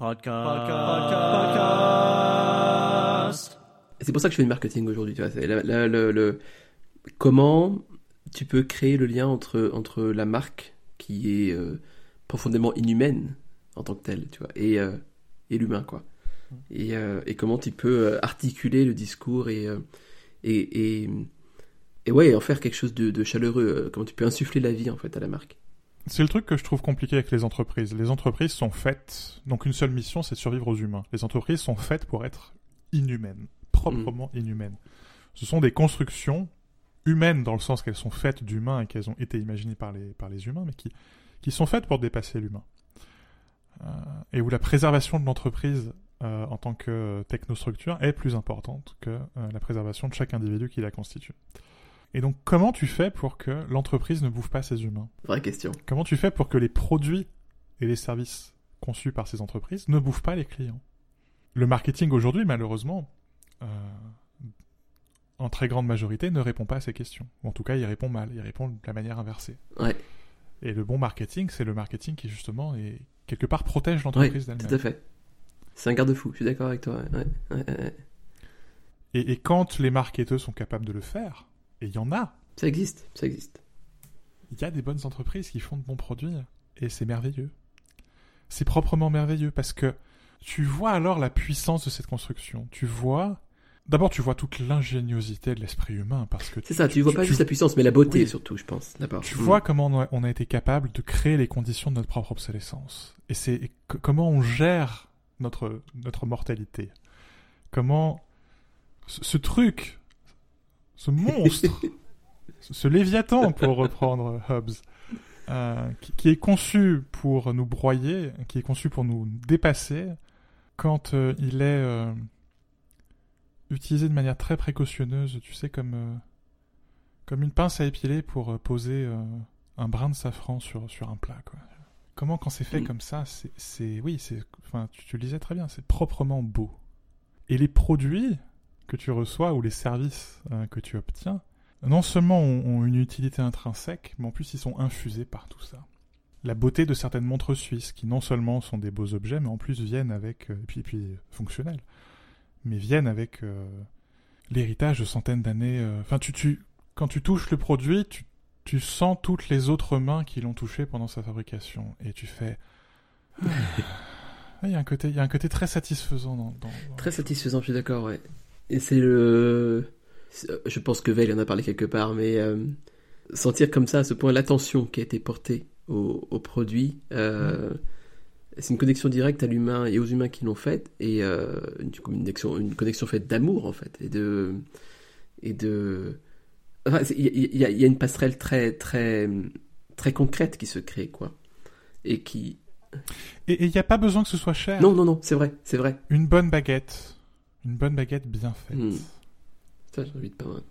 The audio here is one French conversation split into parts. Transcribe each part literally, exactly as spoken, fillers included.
Podcast. Podcast. C'est pour ça que je fais du marketing aujourd'hui. Tu vois, c'est la, la, le, le, comment tu peux créer le lien entre, entre la marque qui est euh, profondément inhumaine en tant que telle, tu vois, et, euh, et l'humain, quoi. Et, euh, et comment tu peux articuler le discours et, euh, et, et, et ouais, en faire quelque chose de, de chaleureux. Comment tu peux insuffler la vie, en fait, à la marque. C'est le truc que je trouve compliqué avec les entreprises. Les entreprises sont faites... Donc une seule mission, c'est de survivre aux humains. Les entreprises sont faites pour être inhumaines. Proprement mmh. inhumaines. Ce sont des constructions humaines dans le sens qu'elles sont faites d'humains et qu'elles ont été imaginées par les, par les humains, mais qui, qui sont faites pour dépasser l'humain. Euh, et où la préservation de l'entreprise euh, en tant que technostructure est plus importante que euh, la préservation de chaque individu qui la constitue. Et donc, comment tu fais pour que l'entreprise ne bouffe pas ses humains ? Vraie question. Comment tu fais pour que les produits et les services conçus par ces entreprises ne bouffent pas les clients ? Le marketing aujourd'hui, malheureusement, euh, en très grande majorité, ne répond pas à ces questions. Ou en tout cas, il répond mal. Il répond de la manière inversée. Ouais. Et le bon marketing, c'est le marketing qui, justement, est, quelque part, protège l'entreprise ouais, d'elle-même. Tout à fait. C'est un garde-fou. Je suis d'accord avec toi. Ouais, ouais, ouais. Et, et quand les marketeurs sont capables de le faire, et il y en a. Ça existe, ça existe. Il y a des bonnes entreprises qui font de bons produits, et c'est merveilleux. C'est proprement merveilleux, parce que tu vois alors la puissance de cette construction. Tu vois... D'abord, tu vois toute l'ingéniosité de l'esprit humain, parce que... C'est ça, tu ne vois pas tu, juste tu... la puissance, mais la beauté, oui. surtout, je pense. D'abord. Tu mmh. vois comment on a, on a été capable de créer les conditions de notre propre obsolescence. Et c'est et que, comment on gère notre, notre mortalité. Comment... Ce, ce truc... Ce monstre, ce léviathan, pour reprendre Hobbes, euh, qui, qui est conçu pour nous broyer, qui est conçu pour nous dépasser, quand euh, il est euh, utilisé de manière très précautionneuse, tu sais, comme, euh, comme une pince à épiler pour euh, poser euh, un brin de safran sur, sur un plat, quoi. Comment, quand c'est fait mmh. comme ça, c'est, c'est oui, c'est, enfin, tu, tu le disais très bien, c'est proprement beau. Et les produits que tu reçois ou les services euh, que tu obtiens, non seulement ont, ont une utilité intrinsèque, mais en plus ils sont infusés par tout ça. La beauté de certaines montres suisses, qui non seulement sont des beaux objets, mais en plus viennent avec, euh, et puis, et puis fonctionnels, mais viennent avec euh, l'héritage de centaines d'années. Enfin, euh, tu, tu, quand tu touches le produit, tu, tu sens toutes les autres mains qui l'ont touché pendant sa fabrication, et tu fais... Ah, il y a un côté, il y a un côté très satisfaisant dans... dans, dans... Très satisfaisant, je suis d'accord, ouais. Et c'est le... Je pense que Veil en a parlé quelque part, mais euh, sentir comme ça, à ce point, l'attention qui a été portée au, au produit, euh, mmh. c'est une connexion directe à l'humain et aux humains qui l'ont faite, et euh, une, connexion, une connexion faite d'amour, en fait, et de... Et de... Enfin, il y, y, y a une passerelle très, très, très concrète qui se crée, quoi. Et qui... Et il n'y a pas besoin que ce soit cher. Non, non, non, c'est vrai, c'est vrai. Une bonne baguette... Une bonne baguette bien faite. Mmh. Ça, j'ai envie de pas mal.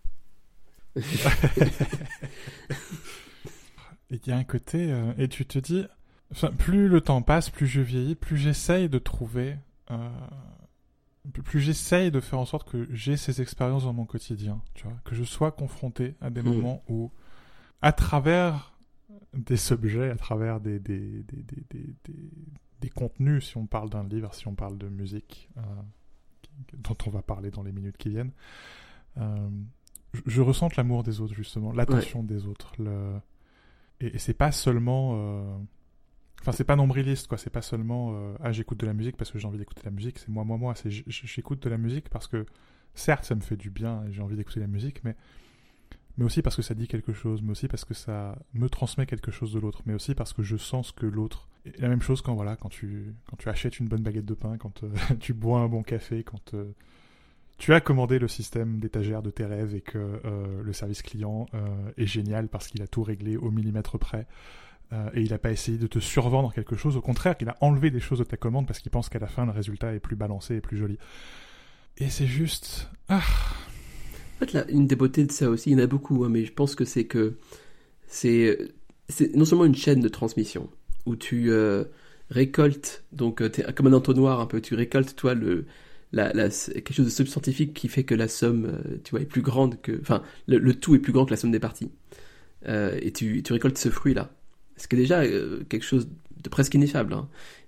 Il y a un côté... Euh, et tu te dis... Enfin, plus le temps passe, plus je vieillis, plus j'essaye de trouver... Euh, plus j'essaye de faire en sorte que j'ai ces expériences dans mon quotidien. Tu vois, que je sois confronté à des mmh. moments où, à travers des objets, à travers des, des, des, des, des, des, des contenus, si on parle d'un livre, si on parle de musique... Euh, dont on va parler dans les minutes qui viennent, euh, je, je ressente l'amour des autres, justement, l'attention ouais. des autres. Le... Et, et c'est pas seulement... Euh... Enfin, c'est pas nombriliste, quoi. C'est pas seulement euh, « Ah, j'écoute de la musique parce que j'ai envie d'écouter de la musique. » C'est moi, moi, moi. C'est j'écoute de la musique parce que, certes, ça me fait du bien et j'ai envie d'écouter de la musique, mais... mais aussi parce que ça dit quelque chose, mais aussi parce que ça me transmet quelque chose de l'autre, mais aussi parce que je sens ce que l'autre... Et la même chose quand, voilà, quand, tu, quand tu achètes une bonne baguette de pain, quand euh, tu bois un bon café, quand euh, tu as commandé le système d'étagère de tes rêves et que euh, le service client euh, est génial parce qu'il a tout réglé au millimètre près euh, et il n'a pas essayé de te survendre quelque chose. Au contraire, il a enlevé des choses de ta commande parce qu'il pense qu'à la fin, le résultat est plus balancé et plus joli. Et c'est juste... Ah. En fait, là, une des beautés de ça aussi, il y en a beaucoup, hein, mais je pense que c'est que c'est, c'est non seulement une chaîne de transmission, où tu euh, récoltes, donc euh, t'es comme un entonnoir un peu, tu récoltes toi le, la, la, quelque chose de subscientifique qui fait que la somme, euh, tu vois, est plus grande que, enfin, le, le tout est plus grand que la somme des parties, euh, et tu, tu récoltes ce fruit-là, ce qui est déjà euh, quelque chose de presque ineffable, hein.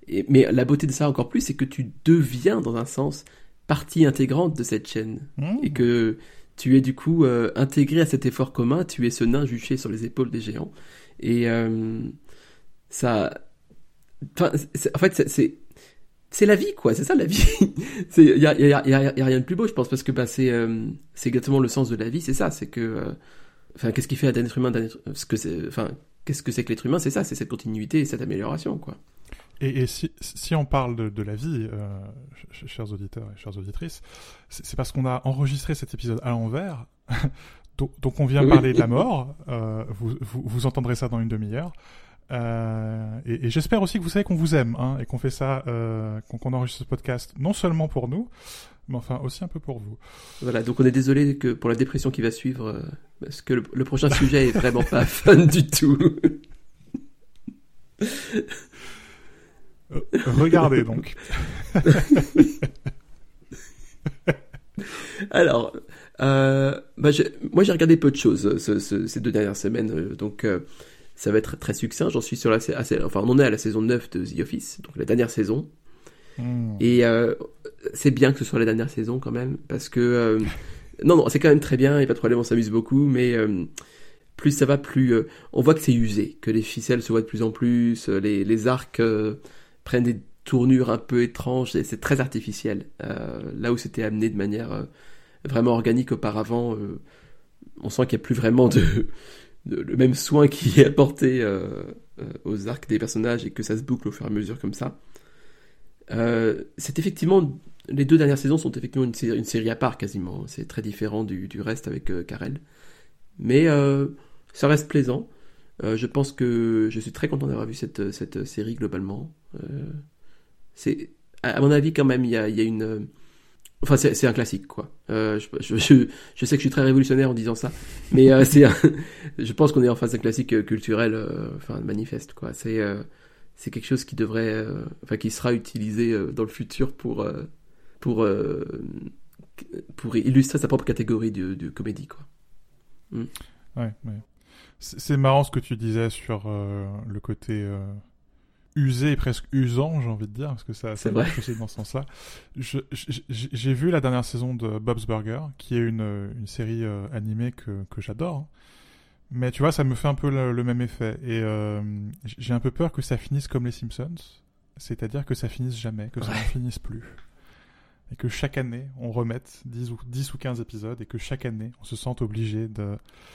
Et, mais la beauté de ça encore plus, c'est que tu deviens, dans un sens, partie intégrante de cette chaîne. Mmh. Et que tu es du coup euh, intégré à cet effort commun, tu es ce nain juché sur les épaules des géants. Et euh, ça... Enfin, c'est, en fait, c'est, c'est, c'est la vie, quoi. C'est ça, la vie. Il y a, y, a, y, a, y a rien de plus beau, je pense, parce que bah, c'est, euh, c'est exactement le sens de la vie, c'est ça. C'est que... Euh, enfin, qu'est-ce qui fait d'un être humain... D'un être, ce que c'est, enfin, qu'est-ce que c'est que l'être humain? C'est ça, c'est cette continuité et cette amélioration, quoi. Et, et si, si on parle de, de la vie, euh, ch- chers auditeurs et chères auditrices, c'est, c'est parce qu'on a enregistré cet épisode à l'envers, donc, donc on vient Oui. parler de la mort, euh, vous, vous, vous entendrez ça dans une demi-heure, euh, et, et j'espère aussi que vous savez qu'on vous aime, hein, et qu'on fait ça, euh, qu'on, qu'on enregistre ce podcast, non seulement pour nous, mais enfin aussi un peu pour vous. Voilà, donc on est désolé que pour la dépression qui va suivre, euh, parce que le, le prochain sujet est vraiment pas fun du tout. Euh, regardez donc. Alors, euh, bah j'ai, moi j'ai regardé peu de choses ce, ce, ces deux dernières semaines, euh, donc euh, ça va être très succinct. J'en suis sur la, assez, enfin on en est à la saison neuf de The Office, donc la dernière saison. Mmh. Et euh, c'est bien que ce soit la dernière saison quand même, parce que euh, non non c'est quand même très bien, il y a pas de problème, on s'amuse beaucoup, mais euh, plus ça va, plus euh, on voit que c'est usé, que les ficelles se voient de plus en plus, euh, les, les arcs euh, prennent des tournures un peu étranges, et c'est très artificiel. Euh, là où c'était amené de manière euh, vraiment organique auparavant, euh, on sent qu'il n'y a plus vraiment de, de, le même soin qui est apporté euh, euh, aux arcs des personnages et que ça se boucle au fur et à mesure comme ça. Euh, c'est effectivement, les deux dernières saisons sont effectivement une série, une série à part quasiment. C'est très différent du, du reste avec euh, Carell. Mais euh, ça reste plaisant. Euh, je pense que je suis très content d'avoir vu cette, cette série globalement. Euh, c'est, à mon avis, quand même, il y a, il y a une. Enfin, c'est, c'est un classique, quoi. Euh, je, je, je, je sais que je suis très révolutionnaire en disant ça, mais euh, c'est. Un, je pense qu'on est en face d'un classique culturel, euh, enfin manifeste, quoi. C'est, euh, c'est quelque chose qui devrait, euh, enfin, qui sera utilisé euh, dans le futur pour, euh, pour, euh, pour illustrer sa propre catégorie de, de comédie, quoi. Mm. Ouais, ouais. C'est, c'est marrant ce que tu disais sur euh, le côté euh, usé et presque usant, j'ai envie de dire, parce que ça, ça marche aussi dans ce sens-là. Je, je, j'ai vu la dernière saison de Bob's Burger, qui est une, une série euh, animée que, que j'adore. Hein. Mais tu vois, ça me fait un peu le, le même effet. Et euh, j'ai un peu peur que ça finisse comme les Simpsons, c'est-à-dire que ça finisse jamais, que ça ouais. ne finisse plus. Et que chaque année, on remette dix ou, dix ou quinze épisodes, et que chaque année, on se sente obligé de...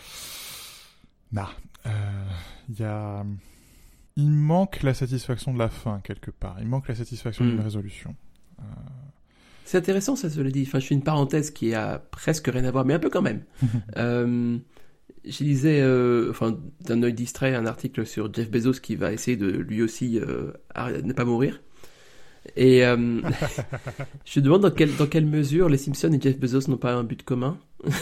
Nah. Il euh, y a... Il manque la satisfaction de la fin, quelque part. Il manque la satisfaction mmh. d'une résolution. Euh... C'est intéressant, ça, cela dit. Enfin, je fais une parenthèse qui a presque rien à voir, mais un peu quand même. euh, je lisais, euh, enfin, d'un œil distrait, un article sur Jeff Bezos qui va essayer de, lui aussi, euh, ne pas mourir. Et euh, je me demande dans quelle, dans quelle mesure les Simpsons et Jeff Bezos n'ont pas un but commun.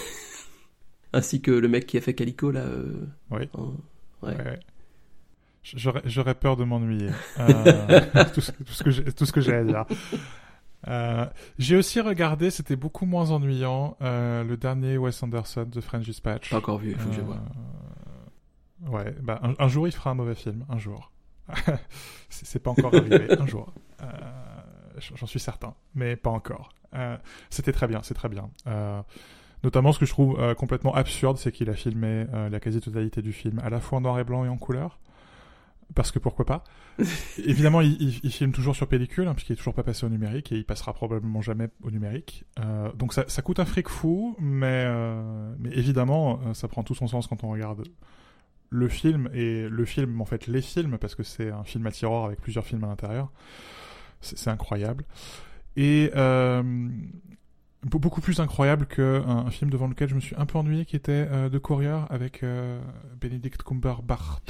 Ainsi que le mec qui a fait Calico, là. Euh, oui. En... Ouais. ouais, ouais. J'aurais, j'aurais peur de m'ennuyer. Euh, tout, ce, tout, ce que j'ai, tout ce que j'ai à dire. Euh, j'ai aussi regardé, c'était beaucoup moins ennuyant, euh, le dernier Wes Anderson, The French Dispatch. Pas encore vu, il faut euh, que je vois. Ouais, bah, un, un jour il fera un mauvais film, un jour. c'est, c'est pas encore arrivé, un jour. Euh, j'en suis certain, mais pas encore. Euh, c'était très bien, c'est très bien. Euh, Notamment, ce que je trouve euh, complètement absurde, c'est qu'il a filmé euh, la quasi-totalité du film à la fois en noir et blanc et en couleur. Parce que pourquoi pas. Évidemment, il, il, il filme toujours sur pellicule, hein, puisqu'il est toujours pas passé au numérique, et il passera probablement jamais au numérique. Euh, donc ça, ça coûte un fric fou, mais, euh, mais évidemment, ça prend tout son sens quand on regarde le film, et le film, en fait, les films, parce que c'est un film à tiroir avec plusieurs films à l'intérieur. C'est, c'est incroyable. Et... Euh, beaucoup plus incroyable qu'un un film devant lequel je me suis un peu ennuyé, qui était euh, The Courier, avec euh, Benedict Cumberbatch,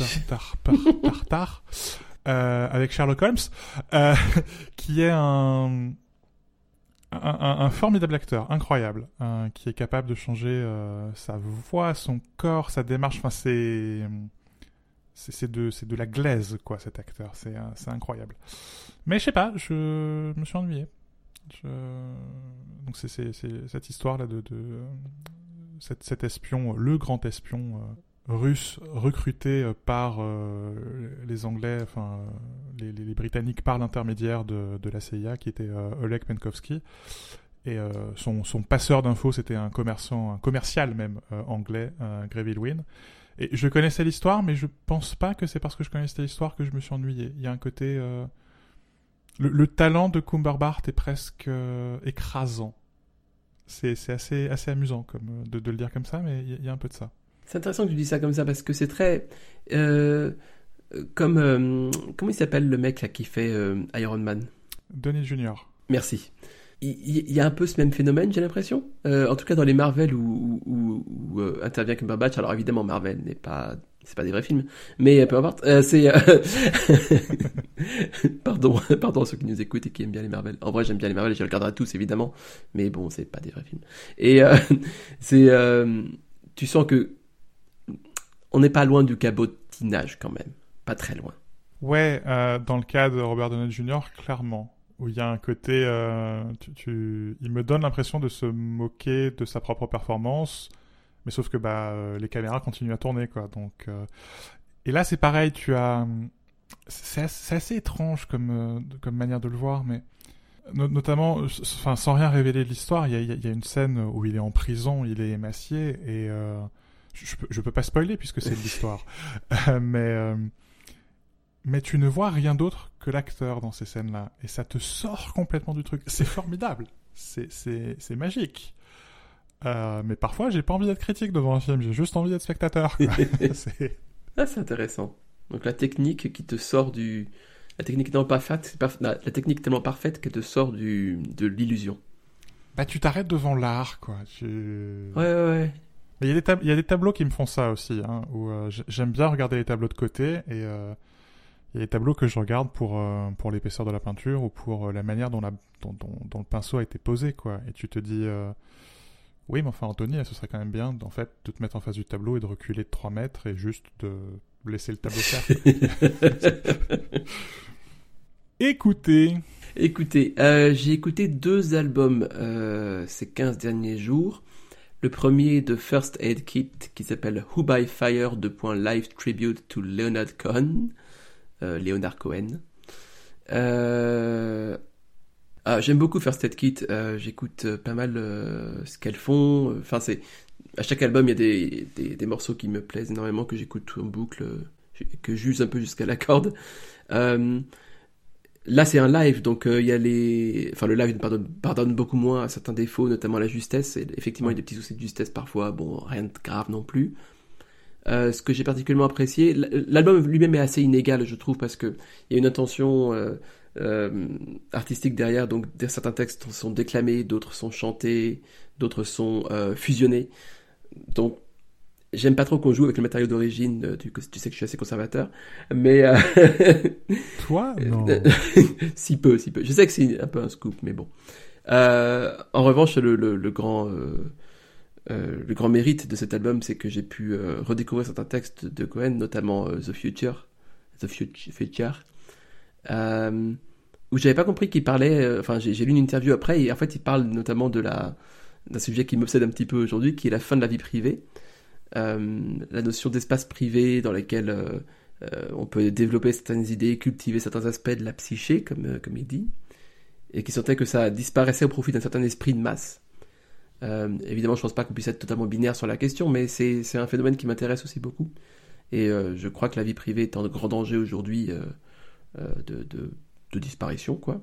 euh, avec Sherlock Holmes, euh, qui est un, un, un, un formidable acteur, incroyable, euh, qui est capable de changer euh, sa voix, son corps, sa démarche. Enfin, c'est c'est, c'est de c'est de la glaise, quoi, cet acteur. C'est euh, c'est incroyable. Mais je sais pas, je me suis ennuyé. Je... Donc c'est, c'est, c'est cette histoire là de, de... Cet, cet espion, le grand espion euh, russe recruté euh, par euh, les Anglais, enfin euh, les, les, les Britanniques par l'intermédiaire de, de la C I A, qui était euh, Oleg Penkovsky. Et euh, son, son passeur d'infos, c'était un commerçant, un commercial même euh, anglais, euh, Greville Wynne. Et je connaissais l'histoire, mais je pense pas que c'est parce que je connaissais l'histoire que je me suis ennuyé. Il y a un côté... Euh... Le, le talent de Cumberbatch est presque euh, écrasant. C'est, c'est assez, assez amusant comme, de, de le dire comme ça, mais il y, y a un peu de ça. C'est intéressant que tu dis ça comme ça, parce que c'est très... Euh, comme... Euh, comment il s'appelle le mec là, qui fait euh, Iron Man ? Downey Junior Merci. Il, il y a un peu ce même phénomène, j'ai l'impression. Euh, en tout cas, dans les Marvel où, où, où, où euh, intervient Cumberbatch. Alors évidemment, Marvel n'est pas, c'est pas des vrais films, mais peu importe. Euh, c'est euh... pardon, pardon à ceux qui nous écoutent et qui aiment bien les Marvel. En vrai, j'aime bien les Marvel et je les regarderai tous évidemment, mais bon, c'est pas des vrais films. Et euh, c'est, euh, tu sens que on n'est pas loin du cabotinage quand même, pas très loin. Ouais, euh, dans le cas de Robert Downey Junior, clairement. Où il y a un côté, euh, tu, tu, il me donne l'impression de se moquer de sa propre performance, mais sauf que bah euh, les caméras continuent à tourner quoi. Donc euh... et là c'est pareil, tu as, c'est assez, c'est assez étrange comme euh, comme manière de le voir, mais no- notamment, enfin sans rien révéler de l'histoire, il y a, il y a une scène où il est en prison, il est émacié et euh, je, je peux je peux pas spoiler puisque c'est de l'histoire, mais euh, mais tu ne vois rien d'autre que l'acteur dans ces scènes-là. Et ça te sort complètement du truc. C'est formidable. C'est, c'est, c'est magique. Euh, mais parfois, j'ai pas envie d'être critique devant un film. J'ai juste envie d'être spectateur. c'est... Ah, c'est intéressant. Donc la technique qui te sort du... La technique tellement parfaite, la technique tellement parfaite qu'elle te sort du... de l'illusion. Bah, tu t'arrêtes devant l'art, quoi. Tu... Ouais, ouais, ouais. Mais il y a des tab- il y a des tableaux qui me font ça aussi, hein, où euh, j'aime bien regarder les tableaux de côté et... Euh... Il y a des tableaux que je regarde pour, euh, pour l'épaisseur de la peinture ou pour euh, la manière dont, la, dont, dont, dont le pinceau a été posé, quoi. Et tu te dis, euh, oui, mais enfin, Anthony, ce serait quand même bien, en fait, de te mettre en face du tableau et de reculer de trois mètres et juste de laisser le tableau faire. Écoutez. Écoutez, euh, j'ai écouté deux albums euh, ces quinze derniers jours. Le premier de First Aid Kit qui s'appelle Who by Fire, deux points live tribute to Leonard Cohen. Euh, Leonard Cohen. Euh... Ah, j'aime beaucoup First Aid Kit. Euh, j'écoute euh, pas mal euh, ce qu'elles font. Enfin, c'est à chaque album, il y a des, des, des morceaux qui me plaisent énormément, que j'écoute en boucle, euh, que j'use un peu jusqu'à la corde. Euh... Là, c'est un live, donc il euh, y a les... Enfin, le live pardonne, pardonne beaucoup moins à certains défauts, notamment la justesse. Et effectivement, il y a des petits soucis de justesse parfois. Bon, rien de grave non plus. Euh, ce que j'ai particulièrement apprécié, l'album lui-même est assez inégal, je trouve, parce que il y a une intention euh, euh, artistique derrière. Donc certains textes sont déclamés, d'autres sont chantés, d'autres sont euh, fusionnés. Donc j'aime pas trop qu'on joue avec le matériau d'origine. Tu, tu sais que je suis assez conservateur, mais euh... toi non. si peu, si peu. Je sais que c'est un peu un scoop, mais bon. Euh, en revanche, le, le, le grand euh, Euh, le grand mérite de cet album, c'est que j'ai pu euh, redécouvrir certains textes de Cohen, notamment euh, The Future, The Future, euh, où j'avais pas compris qu'il parlait. Enfin, euh, j'ai, j'ai lu une interview après, et en fait, il parle notamment de la d'un sujet qui m'obsède un petit peu aujourd'hui, qui est la fin de la vie privée, euh, la notion d'espace privé dans lequel euh, euh, on peut développer certaines idées, cultiver certains aspects de la psyché, comme euh, comme il dit, et qui sentait que ça disparaissait au profit d'un certain esprit de masse. Euh, évidemment, je pense pas qu'on puisse être totalement binaire sur la question, mais c'est, c'est un phénomène qui m'intéresse aussi beaucoup. Et euh, je crois que la vie privée est en grand danger aujourd'hui euh, euh, de, de, de disparition, quoi.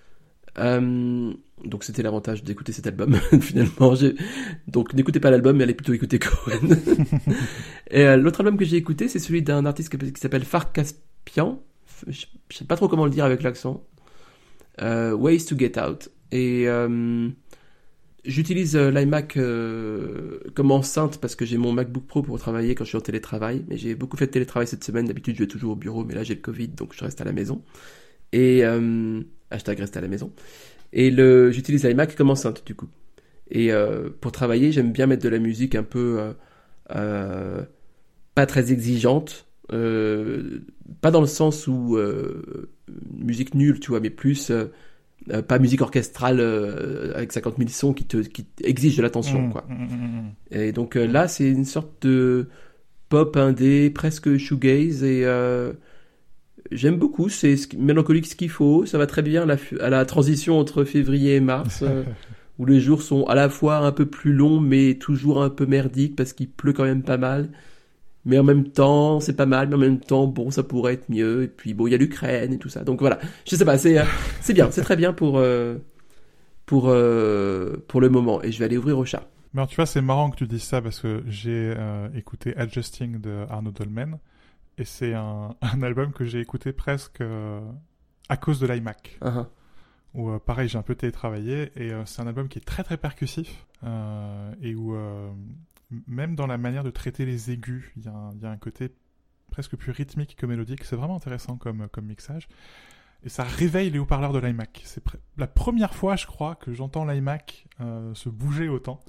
Euh, donc c'était l'avantage d'écouter cet album, finalement. J'ai... Donc n'écoutez pas l'album, mais allez plutôt écouter Cohen. Et euh, l'autre album que j'ai écouté, c'est celui d'un artiste qui s'appelle Farkaspian. Je sais pas trop comment le dire avec l'accent. Euh, Ways to Get Out. Et... Euh, J'utilise euh, l'iMac euh, comme enceinte parce que j'ai mon MacBook Pro pour travailler quand je suis en télétravail. Mais j'ai beaucoup fait de télétravail cette semaine. D'habitude, je vais toujours au bureau, mais là, j'ai le Covid, donc je reste à la maison. Et euh, hashtag reste à la maison. Et le, j'utilise l'iMac comme enceinte, du coup. Et euh, pour travailler, j'aime bien mettre de la musique un peu euh, euh, pas très exigeante. Euh, pas dans le sens où euh, musique nulle, tu vois, mais plus... Euh, Euh, pas musique orchestrale euh, avec cinquante mille sons qui te qui exige de l'attention, mmh, quoi. Mmh, mmh. Et donc euh, là, c'est une sorte de pop indé, presque shoegaze, et euh, j'aime beaucoup, c'est ce qui- mélancolique ce qu'il faut, ça va très bien à la, fu- à la transition entre février et mars, euh, où les jours sont à la fois un peu plus longs, mais toujours un peu merdiques, parce qu'il pleut quand même pas mal. Mais en même temps, c'est pas mal, mais en même temps, bon, ça pourrait être mieux. Et puis, bon, il y a l'Ukraine et tout ça. Donc voilà, je sais pas, c'est euh, c'est bien, c'est très bien pour, euh, pour, euh, pour le moment. Et je vais aller ouvrir au chat. Mais alors, tu vois, c'est marrant que tu dises ça parce que j'ai euh, écouté Adjusting de Arnaud Dolmen et c'est un, un album que j'ai écouté presque euh, à cause de l'iMac. Uh-huh. Où, euh, pareil, j'ai un peu télétravaillé et euh, c'est un album qui est très très percussif euh, et où, euh, même dans la manière de traiter les aigus, il y, a un- il y a un côté presque plus rythmique que mélodique. C'est vraiment intéressant comme, comme mixage. Et ça réveille les haut-parleurs de l'iMac. C'est pr- la première fois, je crois, que j'entends l'iMac euh, se bouger autant.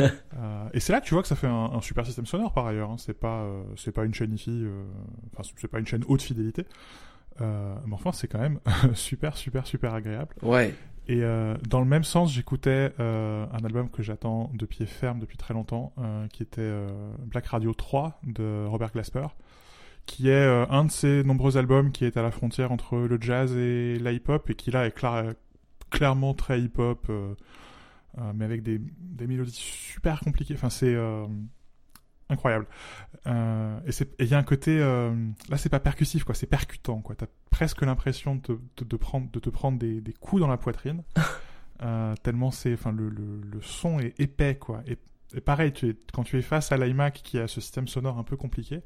Euh, et c'est là que tu vois que ça fait un, un super système sonore, par ailleurs. Hein. C'est pas, euh, c'est pas une chaîne hi-fi, euh, enfin, c'est pas une chaîne haute fidélité. Euh, mais enfin, c'est quand même super, super, super agréable. Ouais. Et euh, dans le même sens, j'écoutais euh, un album que j'attends de pied ferme depuis très longtemps, euh, qui était euh, Black Radio trois de Robert Glasper, qui est euh, un de ces nombreux albums qui est à la frontière entre le jazz et la hip-hop, et qui là est cla- clairement très hip-hop, euh, euh, mais avec des, des mélodies super compliquées. Enfin, c'est euh, incroyable. Euh, et c'est- et il y a un côté, euh, là c'est pas percussif, quoi, c'est percutant, quoi. T'as presque l'impression de te, de, de prendre, de te prendre des, des coups dans la poitrine, euh, tellement c'est, enfin, le, le, le son est épais, quoi. Et, et pareil, tu es, quand tu es face à l'iMac qui a ce système sonore un peu compliqué,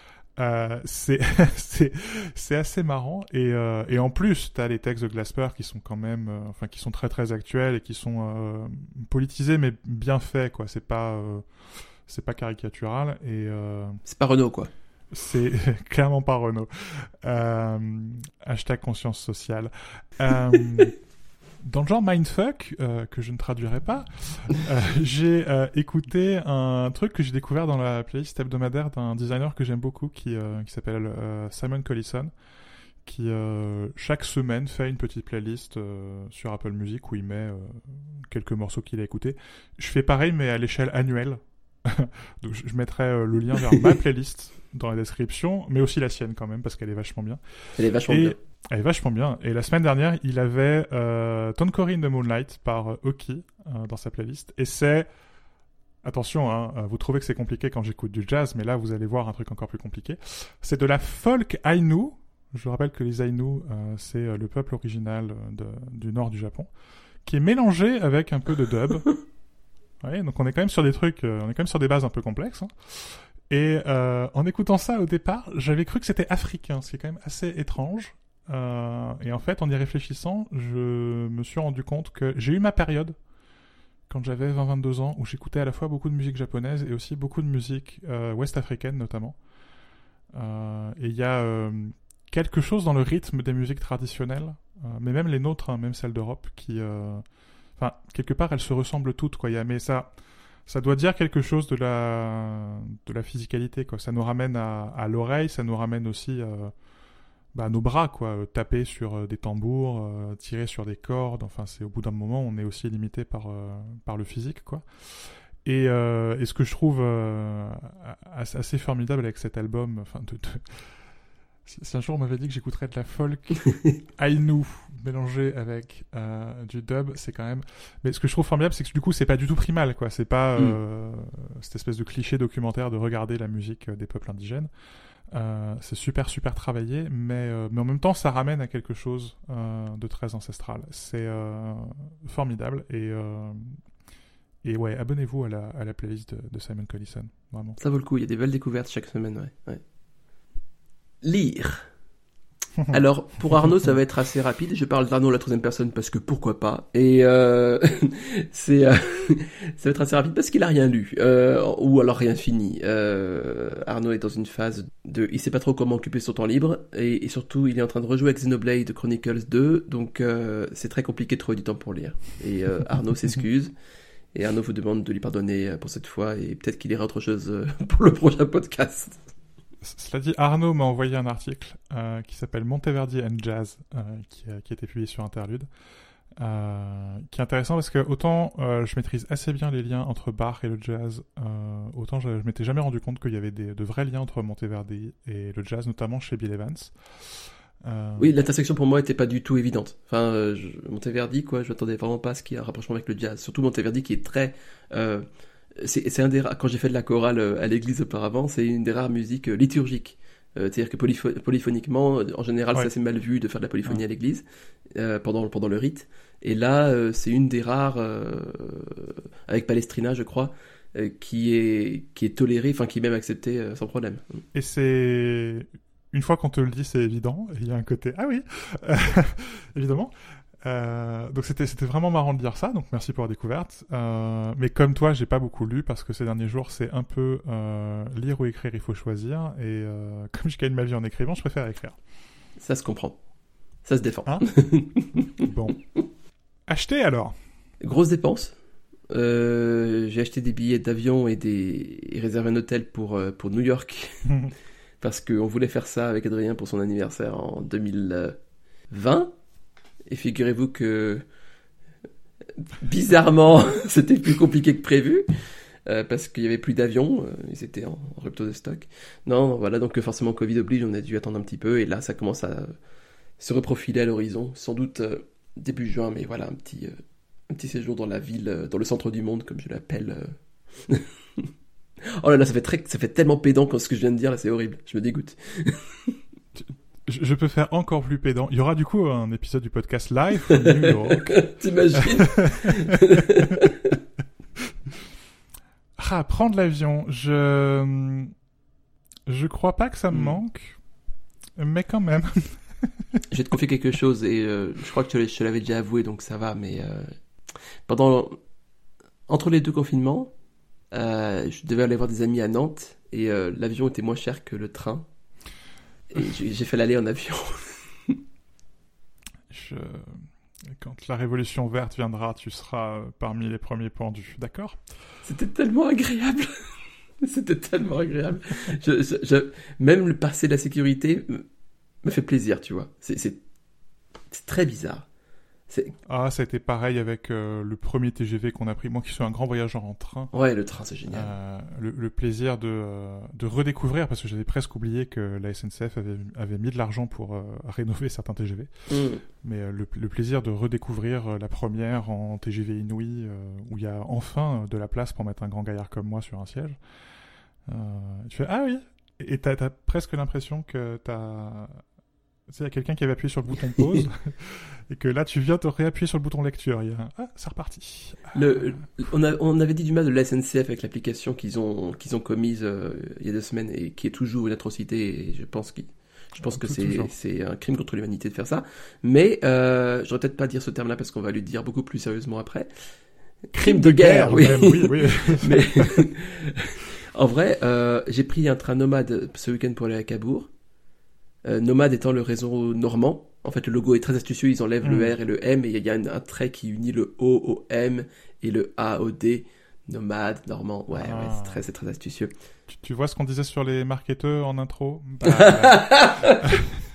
euh, c'est, c'est, c'est assez marrant. Et, euh, et en plus, t'as les textes de Glasper qui sont quand même, euh, enfin, qui sont très très actuels et qui sont euh, politisés mais bien faits, quoi. C'est pas, euh, c'est pas caricatural et euh, C'est pas Renault, quoi. c'est clairement pas Renault. Euh, hashtag conscience sociale. Euh, dans le genre mindfuck, euh, que je ne traduirai pas, euh, j'ai euh, écouté un truc que j'ai découvert dans la playlist hebdomadaire d'un designer que j'aime beaucoup qui, euh, qui s'appelle euh, Simon Collison, qui euh, chaque semaine fait une petite playlist euh, sur Apple Music où il met euh, quelques morceaux qu'il a écoutés. Je fais pareil mais à l'échelle annuelle. Donc je je mettrai euh, le lien vers ma playlist dans la description, mais aussi la sienne quand même parce qu'elle est vachement bien. Elle est vachement Et bien. elle est vachement bien. Et la semaine dernière, il avait euh, Tonkory in the Moonlight par euh, Oki euh, dans sa playlist. Et c'est, attention, hein, euh, vous trouvez que c'est compliqué quand j'écoute du jazz, mais là vous allez voir un truc encore plus compliqué. C'est de la folk Ainu. Je vous rappelle que les Ainu, euh, c'est euh, le peuple original euh, de, du nord du Japon, qui est mélangé avec un peu de dub. Ouais, donc on est quand même sur des trucs, euh, on est quand même sur des bases un peu complexes. Hein. Et euh, en écoutant ça au départ, j'avais cru que c'était africain, ce qui est quand même assez étrange. Euh, et en fait, en y réfléchissant, je me suis rendu compte que j'ai eu ma période, quand j'avais vingt à vingt-deux ans, où j'écoutais à la fois beaucoup de musique japonaise et aussi beaucoup de musique euh, ouest-africaine notamment. Euh, et il y a euh, quelque chose dans le rythme des musiques traditionnelles, euh, mais même les nôtres, hein, même celles d'Europe, qui... Euh, Enfin, quelque part, elles se ressemblent toutes, quoi. Il y a, mais ça, ça doit dire quelque chose de la, de la physicalité, quoi. Ça nous ramène à, à l'oreille, ça nous ramène aussi euh, bah, à nos bras, quoi. Euh, taper sur euh, des tambours, euh, tirer sur des cordes. Enfin, c'est au bout d'un moment, on est aussi limité par, euh, par le physique, quoi. Et, euh, et ce que je trouve euh, assez formidable avec cet album, enfin, de, de... si un jour on m'avait dit que j'écouterais de la folk Ainu mélangée avec euh, du dub, c'est quand même. Mais ce que je trouve formidable, c'est que du coup, c'est pas du tout primal, quoi. C'est pas euh, mm. cette espèce de cliché documentaire de regarder la musique des peuples indigènes. Euh, c'est super, super travaillé, mais, euh, mais en même temps, ça ramène à quelque chose euh, de très ancestral. C'est euh, formidable et. Euh, Et ouais, abonnez-vous à la, à la playlist de, de Simon Collison, vraiment. Ça vaut le coup, il y a des belles découvertes chaque semaine, ouais. ouais. Lire. Alors, pour Arnaud, ça va être assez rapide. Je parle d'Arnaud à la troisième personne parce que pourquoi pas. Et euh, c'est, euh, ça va être assez rapide parce qu'il a rien lu, euh, ou alors rien fini. Euh, Arnaud est dans une phase de, il sait pas trop comment occuper son temps libre, et, et surtout, il est en train de rejouer avec Xenoblade Chronicles deux, donc euh, c'est très compliqué de trouver du temps pour lire. Et euh, Arnaud s'excuse. Et Arnaud vous demande de lui pardonner pour cette fois, et peut-être qu'il ira autre chose pour le prochain podcast. Cela dit, Arnaud m'a envoyé un article euh, qui s'appelle Monteverdi and Jazz, euh, qui, a, qui a été publié sur Interlude, Euh, qui est intéressant parce que autant euh, je maîtrise assez bien les liens entre Bach et le jazz, euh, autant je, je m'étais jamais rendu compte qu'il y avait des, de vrais liens entre Monteverdi et le jazz, notamment chez Bill Evans. Euh... Oui, l'intersection pour moi était pas du tout évidente. Enfin, euh, je, Monteverdi, quoi, je m'attendais vraiment pas à ce qu'il y ait un rapprochement avec le jazz. Surtout Monteverdi qui est très... Euh, c'est, c'est un des rares, quand j'ai fait de la chorale à l'église auparavant, c'est une des rares musiques euh, liturgiques. Euh, c'est-à-dire que polypho- polyphoniquement, en général, ouais. c'est assez mal vu de faire de la polyphonie ouais. à l'église euh, pendant, pendant le rite. Et là, euh, c'est une des rares, euh, avec Palestrina, je crois, euh, qui est qui est tolérée, enfin qui est même acceptée euh, sans problème. Et c'est une fois qu'on te le dit, c'est évident. Il y a un côté ah oui, évidemment. Euh, donc c'était c'était vraiment marrant de dire ça. Donc merci pour la découverte. Euh, mais comme toi, j'ai pas beaucoup lu parce que ces derniers jours, c'est un peu euh, lire ou écrire, il faut choisir. Et euh, comme je gagne ma vie en écrivant, je préfère écrire. Ça se comprend. Ça se défend. Hein bon. Acheter alors. Grosse dépense. Euh, j'ai acheté des billets d'avion et, des... et réservé un hôtel pour, euh, pour New York. Parce qu'on voulait faire ça avec Adrien pour son anniversaire en deux mille vingt. Et figurez-vous que, bizarrement, c'était plus compliqué que prévu. Euh, parce qu'il y avait plus d'avions. Euh, ils étaient en, en rupture de stock. Non, voilà, donc forcément, Covid oblige, on a dû attendre un petit peu. Et là, ça commence à se reprofiler à l'horizon. Sans doute... Euh, début juin, mais voilà, un petit, euh, un petit séjour dans la ville, euh, dans le centre du monde, comme je l'appelle. Euh... oh là là, ça fait, très, ça fait tellement pédant quand ce que je viens de dire, là, c'est horrible, je me dégoûte. je, je peux faire encore plus pédant. Il y aura du coup un épisode du podcast live from New York. T'imagines? Ah, prendre l'avion, je... Je crois pas que ça me mm. manque, mais quand même... Je vais te confier quelque chose et euh, je crois que je te l'avais déjà avoué donc ça va, mais euh, pendant entre les deux confinements, euh, je devais aller voir des amis à Nantes et euh, l'avion était moins cher que le train et j'ai, j'ai fait l'aller en avion. je... Quand la révolution verte viendra, tu seras parmi les premiers pendus, d'accord ? C'était tellement agréable. C'était tellement agréable. Je, je, je... Même le passer de la sécurité me fait plaisir, tu vois. C'est, c'est, c'est très bizarre. C'est... Ah, ça a été pareil avec euh, le premier T G V qu'on a pris. Moi qui suis un grand voyageur en train. Ouais, le train, c'est génial. Euh, le, le plaisir de, euh, de redécouvrir, parce que j'avais presque oublié que la S N C F avait, avait mis de l'argent pour euh, rénover certains T G V. Mm. Mais euh, le, le plaisir de redécouvrir euh, la première en T G V Inouï, euh, où il y a enfin euh, de la place pour mettre un grand gaillard comme moi sur un siège. Euh, tu fais, ah oui. Et t'as, t'as presque l'impression que t'as... Tu sais, il y a quelqu'un qui avait appuyé sur le bouton pause et que là, tu viens te réappuyer sur le bouton lecture. Il y a... Ah, c'est reparti. Le, on, a, on avait dit du mal de la S N C F avec l'application qu'ils ont, qu'ils ont commise euh, il y a deux semaines et qui est toujours une atrocité. Et je pense, qu'il, je pense que c'est, c'est un crime contre l'humanité de faire ça. Mais euh, je ne vais peut-être pas dire ce terme-là parce qu'on va lui dire beaucoup plus sérieusement après. Crime de guerre, oui. Même, oui, oui. Mais en vrai, euh, j'ai pris un train nomade ce week-end pour aller à Cabourg. Euh, nomade étant le réseau normand. En fait, le logo est très astucieux. Ils enlèvent mmh. le R et le M et il y a un, un trait qui unit le O au M et le A au D. Nomade, normand. Ouais, ah. ouais, c'est très, c'est très astucieux. Tu, tu vois ce qu'on disait sur les marketeurs en intro? Bah...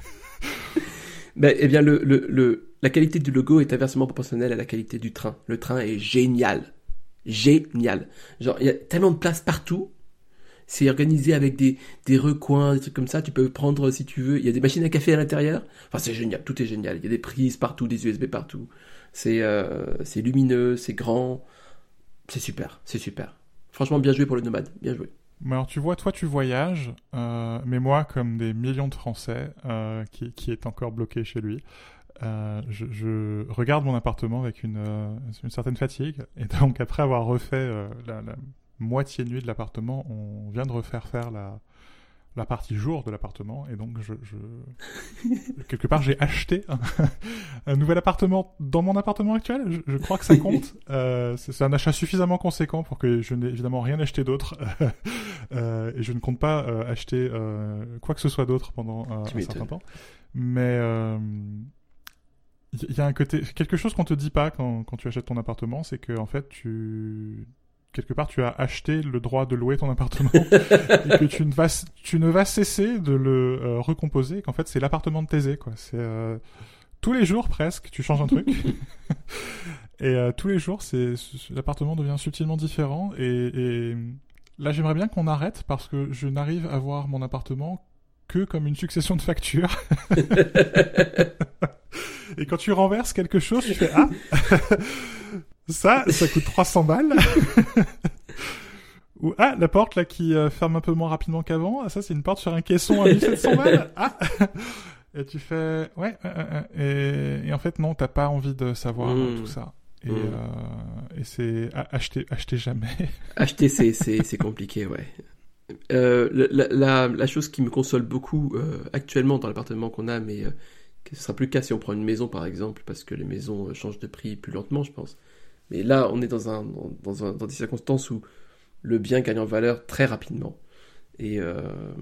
ben, eh bien, le, le, le, la qualité du logo est inversement proportionnelle à la qualité du train. Le train est génial. Génial. Genre, il y a tellement de place partout. C'est organisé avec des, des recoins, des trucs comme ça. Tu peux prendre si tu veux. Il y a des machines à café à l'intérieur. Enfin, c'est génial. Tout est génial. Il y a des prises partout, des U S B partout. C'est, euh, c'est lumineux, c'est grand. C'est super. C'est super. Franchement, bien joué pour le nomade. Bien joué. Mais alors, tu vois, toi, tu voyages. Euh, mais moi, comme des millions de Français euh, qui, qui est encore bloqué chez lui, euh, je, je regarde mon appartement avec une, euh, une certaine fatigue. Et donc, après avoir refait euh, la... la moitié nuit de l'appartement, on vient de refaire faire la, la partie jour de l'appartement, et donc je, je... quelque part j'ai acheté un, un nouvel appartement dans mon appartement actuel. Je, je crois que ça compte. euh, c'est, c'est un achat suffisamment conséquent pour que je n'ai évidemment rien acheté d'autre, euh, et je ne compte pas euh, acheter euh, quoi que ce soit d'autre pendant euh, un certain temps. Mais il euh, y, y a un côté, quelque chose qu'on te dit pas quand, quand tu achètes ton appartement, c'est que en fait tu quelque part, tu as acheté le droit de louer ton appartement et que tu ne vas, tu ne vas cesser de le euh, recomposer, qu'en fait, c'est l'appartement de Thésée, quoi. C'est euh, tous les jours, presque, tu changes un truc. Et euh, tous les jours, c'est, c'est, l'appartement devient subtilement différent. Et, et là, j'aimerais bien qu'on arrête parce que je n'arrive à voir mon appartement que comme une succession de factures. Et quand tu renverses quelque chose, tu fais ah ça, ça coûte trois cents balles. Ou ah la porte là qui euh, ferme un peu moins rapidement qu'avant. Ah, ça c'est une porte sur un caisson à mille sept cents balles. Ah et tu fais ouais euh, euh, et, et en fait non, t'as pas envie de savoir mmh. tout ça. Et, mmh. euh, et c'est ah, acheter acheter jamais. Acheter c'est c'est c'est compliqué ouais. Euh, la, la, la chose qui me console beaucoup euh, actuellement dans l'appartement qu'on a, mais euh, ce sera plus le cas si on prend une maison par exemple, parce que les maisons euh, changent de prix plus lentement, je pense. Mais là, on est dans, un, dans, dans, un, dans des circonstances où le bien gagne en valeur très rapidement. Et euh,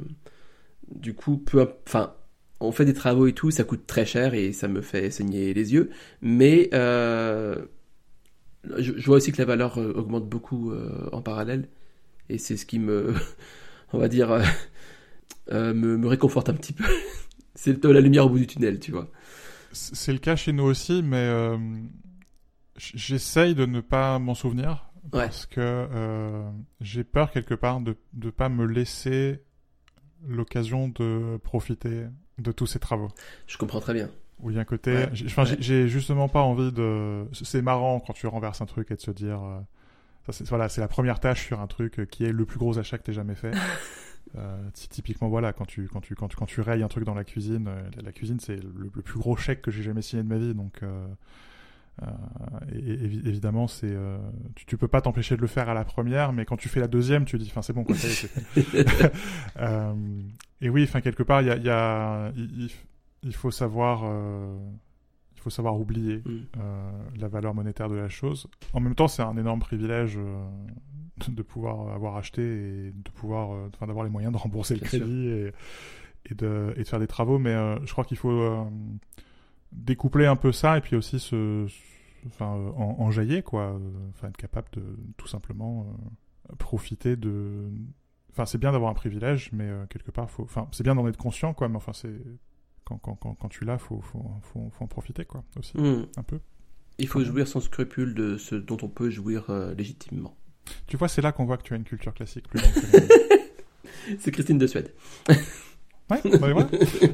du coup, peu, enfin, on fait des travaux et tout, ça coûte très cher et ça me fait saigner les yeux. Mais euh, je, je vois aussi que la valeur euh, augmente beaucoup euh, en parallèle. Et c'est ce qui me, on va dire, euh, euh, me, me réconforte un petit peu. C'est la lumière au bout du tunnel, tu vois. C'est le cas chez nous aussi, mais euh, j'essaye de ne pas m'en souvenir. Parce ouais. que euh, j'ai peur quelque part de ne pas me laisser l'occasion de profiter de tous ces travaux. Je comprends très bien. Où il y a un côté... Ouais. J'ai, ouais. j'ai justement pas envie de... C'est marrant quand tu renverses un truc et de se dire... Euh, Ça, c'est, voilà, c'est la première tâche sur un truc qui est le plus gros achat que t'aies jamais fait. euh, typiquement, voilà, quand tu, quand tu, quand tu, quand tu rayes un truc dans la cuisine, euh, la, la cuisine, c'est le, le plus gros chèque que j'ai jamais signé de ma vie, donc, euh, euh, et, et, évidemment, c'est, euh, tu, tu peux pas t'empêcher de le faire à la première, mais quand tu fais la deuxième, tu dis, enfin, c'est bon, quoi, ça y est, c'est fait. euh, et oui, enfin, quelque part, il y a, il y a, il, il faut savoir, euh, Il faut savoir oublier mmh. euh, la valeur monétaire de la chose. En même temps, c'est un énorme privilège euh, de pouvoir avoir acheté et de pouvoir, euh, enfin, d'avoir les moyens de rembourser Bien le crédit et, et, de, et de faire des travaux. Mais euh, je crois qu'il faut euh, découpler un peu ça et puis aussi se, se enfin, euh, en, enjailler, quoi. Enfin, être capable de tout simplement euh, profiter de. Enfin, c'est bien d'avoir un privilège, mais euh, quelque part, faut. Enfin, c'est bien d'en être conscient, quoi. Mais enfin, c'est Quand, quand, quand, quand tu l'as, il faut, faut, faut, faut en profiter, quoi, aussi, mmh. un peu. Il faut jouir sans scrupule de ce dont on peut jouir euh, légitimement. Tu vois, c'est là qu'on voit que tu as une culture classique plus grande que la C'est Christine de Suède. Ouais, bah ouais.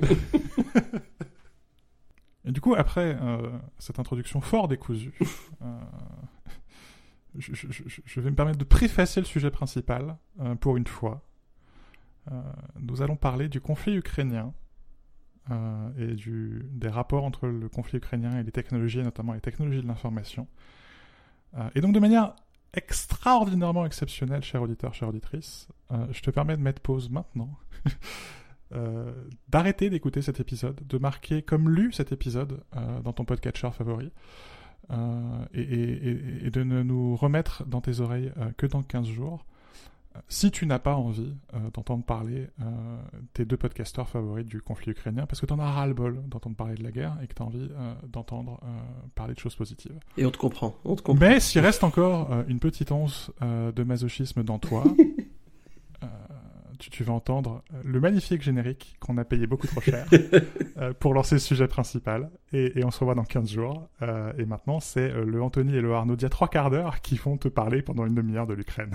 Et du coup, après euh, cette introduction fort décousue, euh, je, je, je, je vais me permettre de préfacer le sujet principal, euh, pour une fois. Euh, nous allons parler du conflit ukrainien, Euh, et du, des rapports entre le conflit ukrainien et les technologies, et notamment les technologies de l'information. Euh, et donc de manière extraordinairement exceptionnelle, cher auditeur, chère auditrice, euh, je te permets de mettre pause maintenant, euh, d'arrêter d'écouter cet épisode, de marquer comme lu cet épisode euh, dans ton podcatcher favori, euh, et, et, et de ne nous remettre dans tes oreilles euh, que dans quinze jours. Si tu n'as pas envie euh, d'entendre parler euh, tes deux podcasteurs favoris du conflit ukrainien, parce que tu en as ras-le-bol d'entendre parler de la guerre et que tu as envie euh, d'entendre euh, parler de choses positives. Et on te comprend, on te comprend. Mais s'il reste encore euh, une petite once euh, de masochisme dans toi, euh, tu, tu vas entendre le magnifique générique qu'on a payé beaucoup trop cher euh, pour lancer le sujet principal. Et, et on se revoit dans quinze jours. Euh, et maintenant, c'est euh, le Anthony et le Arnaud d'il y a trois quarts d'heure qui vont te parler pendant une demi-heure de l'Ukraine.